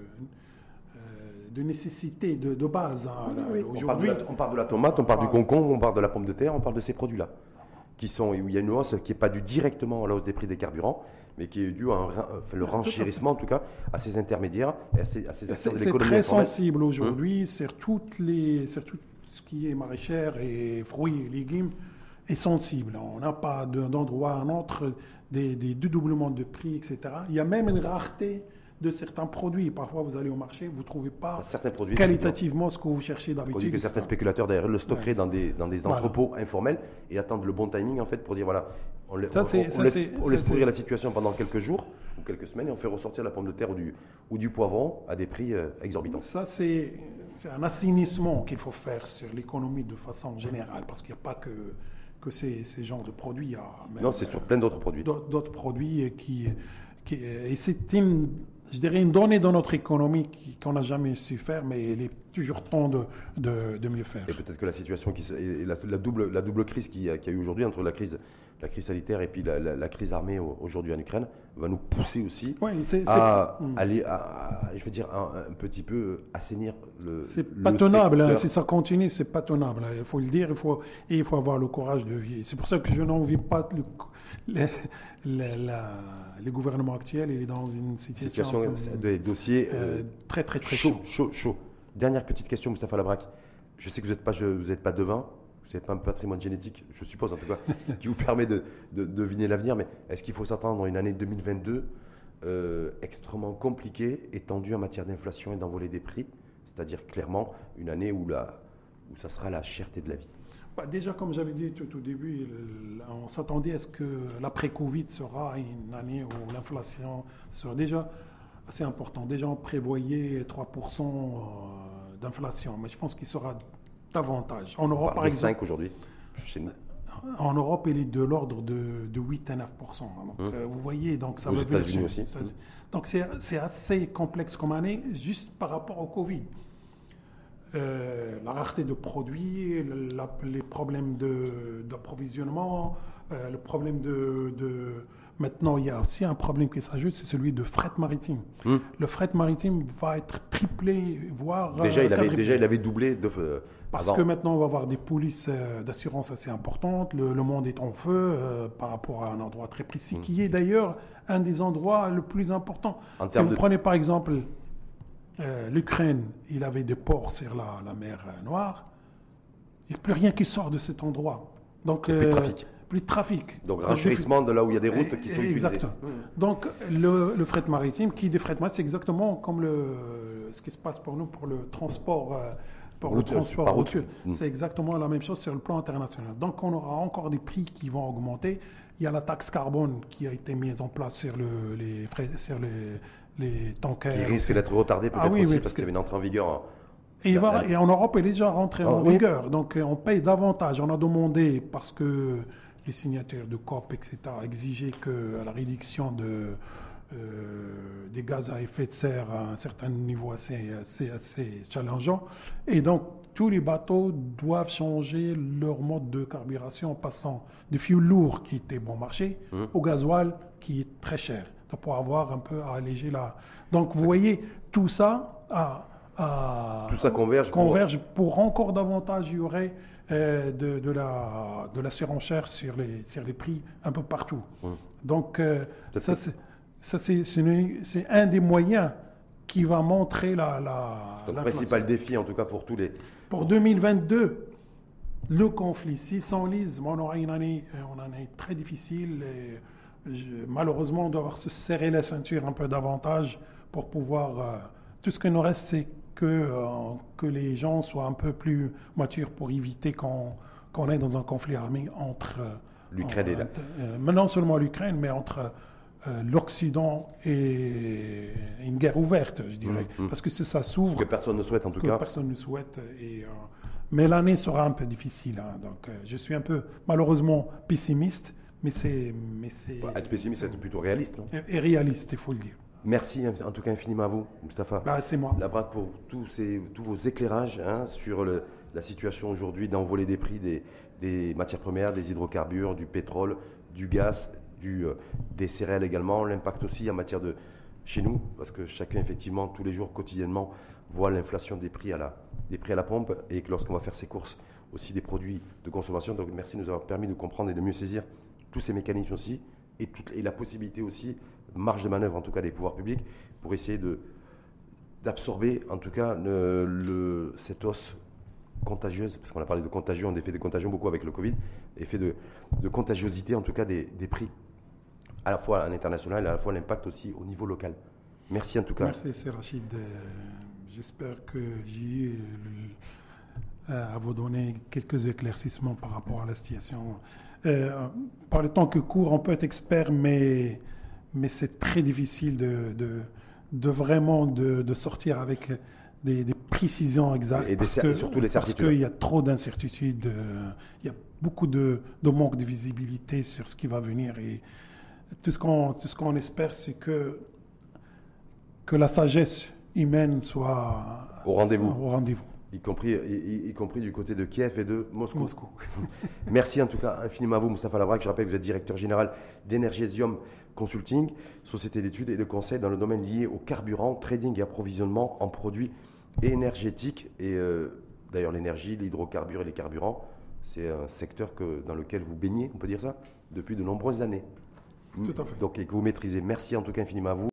de nécessité, de, de base. Hein, oui, oui. Aujourd'hui, on, on parle de la tomate, on parle ah, du concombre, on parle de la pomme de terre, on parle de ces produits-là, qui sont, où il y a une hausse qui n'est pas due directement à la hausse des prix des carburants, mais qui est due à un, enfin, le renchérissement, en tout cas, à ces intermédiaires et à ces, à ces acteurs de l'économie informelle. C'est très informelle. sensible aujourd'hui, hum. sur, toutes les, sur tout ce qui est maraîchère et fruits et légumes est sensible. On n'a pas d'endroit à un autre, des, des dédoublements de prix, et cetera. Il y a même une rareté de certains produits. Parfois, vous allez au marché, vous ne trouvez pas certains produits, qualitativement ce que vous cherchez d'habitude. Produits que certains spéculateurs derrière le stockeraient ouais. dans des, dans des entrepôts voilà. informels et attendent le bon timing en fait pour dire voilà, on, ça, on, on, ça, on laisse, on laisse pourrir la situation pendant quelques jours ou quelques semaines et on fait ressortir la pomme de terre ou du, ou du poivron à des prix euh, exorbitants. Ça, c'est un assainissement qu'il faut faire sur l'économie de façon générale parce qu'il n'y a pas que, que ces, ces genres de produits. Même, non, c'est sur plein d'autres produits. D'autres produits qui... qui et c'est une... je dirais une donnée dans notre économie qu'on n'a jamais su faire, mais il est toujours temps de, de, de mieux faire. Et peut-être que la situation, qui, la, la, double, la double crise qu'il y a, qu'il y a eu aujourd'hui, entre la crise, la crise sanitaire et puis la, la, la crise armée aujourd'hui en Ukraine, va nous pousser aussi oui, c'est, à c'est... aller, à, à, je veux dire, un, un petit peu assainir le C'est pas tenable, hein, si ça continue, c'est pas tenable. Hein, il faut le dire, il faut, et il faut avoir le courage de vivre. C'est pour ça que je n'envie pas le... Le, le, la, le gouvernement actuel, il est dans une situation, situation de dossiers euh, très très très chaud, chaud, chaud. Dernière petite question, Moustapha Labraque. Je sais que vous n'êtes pas, vous n'êtes pas devin, vous n'êtes pas un patrimoine génétique, je suppose en tout cas, qui vous permet de, de, de deviner l'avenir. Mais est-ce qu'il faut s'attendre à une année deux mille vingt-deux euh, extrêmement compliquée et tendue en matière d'inflation et d'envolée des prix, c'est-à-dire clairement une année où, la, où ça sera la cherté de la vie? Bah déjà, comme j'avais dit tout au début, on s'attendait à ce que l'après-Covid sera une année où l'inflation sera déjà assez importante. Déjà, on prévoyait trois pour cent d'inflation, mais je pense qu'il sera davantage. En Europe, par exemple, cinq aujourd'hui, chez nous. En Europe, il est de l'ordre de, de huit à neuf pour cent. Donc, hum. vous voyez, donc ça Aux va États-Unis aussi. États-Unis. Donc, c'est, c'est assez complexe comme année, juste par rapport au Covid. Euh, la rareté de produits, le, la, les problèmes de, d'approvisionnement, euh, le problème de, de... Maintenant, il y a aussi un problème qui s'ajoute, c'est celui de fret maritime. Mmh. Le fret maritime va être triplé, voire... Déjà, il avait, déjà il avait doublé de, euh, Parce avant. que maintenant, on va avoir des polices euh, d'assurance assez importantes. Le, le monde est en feu euh, par rapport à un endroit très précis, mmh. qui est d'ailleurs un des endroits le plus importants. En si vous de... prenez par exemple... Euh, l'Ukraine, il avait des ports sur la, la mer Noire. Il n'y a plus rien qui sort de cet endroit. Donc, euh, plus de trafic. Plus de trafic. Donc, renchérissement de là où il y a des routes qui sont exactement. utilisées. Mmh. Donc, le, le fret maritime, qui dit fret maritime, c'est exactement comme le, ce qui se passe pour nous pour le transport, euh, pour route, le transport routier. Mmh. C'est exactement la même chose sur le plan international. Donc, on aura encore des prix qui vont augmenter. Il y a la taxe carbone qui a été mise en place sur, le, les, frais, sur les, les tankers. Qui risque d'être retardé peut-être ah, oui, aussi oui, parce, parce qu'il y avait une entrée en vigueur. En... Et, la, va, la... et en Europe, elle est déjà rentrée ah, en oui. vigueur. Donc, on paye davantage. On a demandé, parce que les signataires de COP, et cetera, exigeaient que la réduction de, euh, des gaz à effet de serre à un certain niveau assez, assez, assez challengeant. Et donc, tous les bateaux doivent changer leur mode de carburation en passant du fioul lourd qui était bon marché mmh. au gasoil qui est très cher, pour avoir un peu à alléger la... Donc, vous voyez, tout ça a, à Tout ça converge. converge pour... pour encore davantage, il y aurait euh, de, de, la, de la surenchère sur les, sur les prix un peu partout. Mmh. Donc, euh, ça, c'est, ça c'est, c'est, c'est un des moyens qui va montrer la, la, le principal défi, en tout cas pour tous les... Pour deux mille vingt-deux, le conflit, s'il s'enlise, on aura une année, une année très difficile. Et je, malheureusement, on doit avoir se serrer la ceinture un peu davantage pour pouvoir... Euh, tout ce qui nous reste, c'est que, euh, que les gens soient un peu plus matures pour éviter qu'on, qu'on est dans un conflit armé entre... L'Ukraine et la... Euh, non seulement l'Ukraine, mais entre... Euh, l'Occident et une guerre ouverte, je dirais, mmh, mmh. parce que ça s'ouvre. Ce que personne ne souhaite en tout que cas. Personne ne souhaite. Et, euh, mais l'année sera un peu difficile. Hein, donc, euh, je suis un peu malheureusement pessimiste, mais c'est, mais c'est. Bah, être pessimiste, c'est être plutôt réaliste, non ? Et, et réaliste, il faut le dire. Merci en tout cas infiniment à vous, Moustapha. Bah, c'est moi. Labrac, pour tous, ces, tous vos éclairages hein, sur le, la situation aujourd'hui d'envolée des prix des, des matières premières, des hydrocarbures, du pétrole, du gaz. Du, euh, des céréales également, l'impact aussi en matière de chez nous, parce que chacun effectivement tous les jours, quotidiennement, voit l'inflation des prix à la, des prix à la pompe et que lorsqu'on va faire ses courses, aussi des produits de consommation. Donc merci de nous avoir permis de comprendre et de mieux saisir tous ces mécanismes aussi et, toute, et la possibilité aussi, marge de manœuvre en tout cas des pouvoirs publics pour essayer de, d'absorber en tout cas le, le, cette hausse contagieuse, parce qu'on a parlé de contagion, on a fait des contagions beaucoup avec le Covid, effet de, de contagiosité en tout cas des, des prix. À la fois à l'international et à la fois l'impact aussi au niveau local. Merci en tout cas. Merci, c'est Rachid. Euh, j'espère que j'ai eu euh, à vous donner quelques éclaircissements par rapport à la situation. Euh, par le temps que court, on peut être expert, mais, mais c'est très difficile de, de, de vraiment de, de sortir avec des, des précisions exactes. Et, des, parce que, et surtout les certitudes. Parce qu'il y a trop d'incertitudes, euh, il y a beaucoup de, de manque de visibilité sur ce qui va venir. Et, Tout ce qu'on tout ce qu'on espère, c'est que, que la sagesse humaine soit au rendez-vous. Soit au rendez-vous. Y compris, y, y compris du côté de Kiev et de Moscou. Moscou. Merci en tout cas infiniment à vous, Moustapha Labrac. Je rappelle que vous êtes directeur général d'Energesium Consulting, société d'études et de conseil dans le domaine lié au carburant, trading et approvisionnement en produits énergétiques. Et euh, d'ailleurs, l'énergie, l'hydrocarbure et les carburants, c'est un secteur que, dans lequel vous baignez, on peut dire ça, depuis de nombreuses années. Tout à fait. Donc, et que vous maîtrisez. Merci en tout cas infiniment à vous.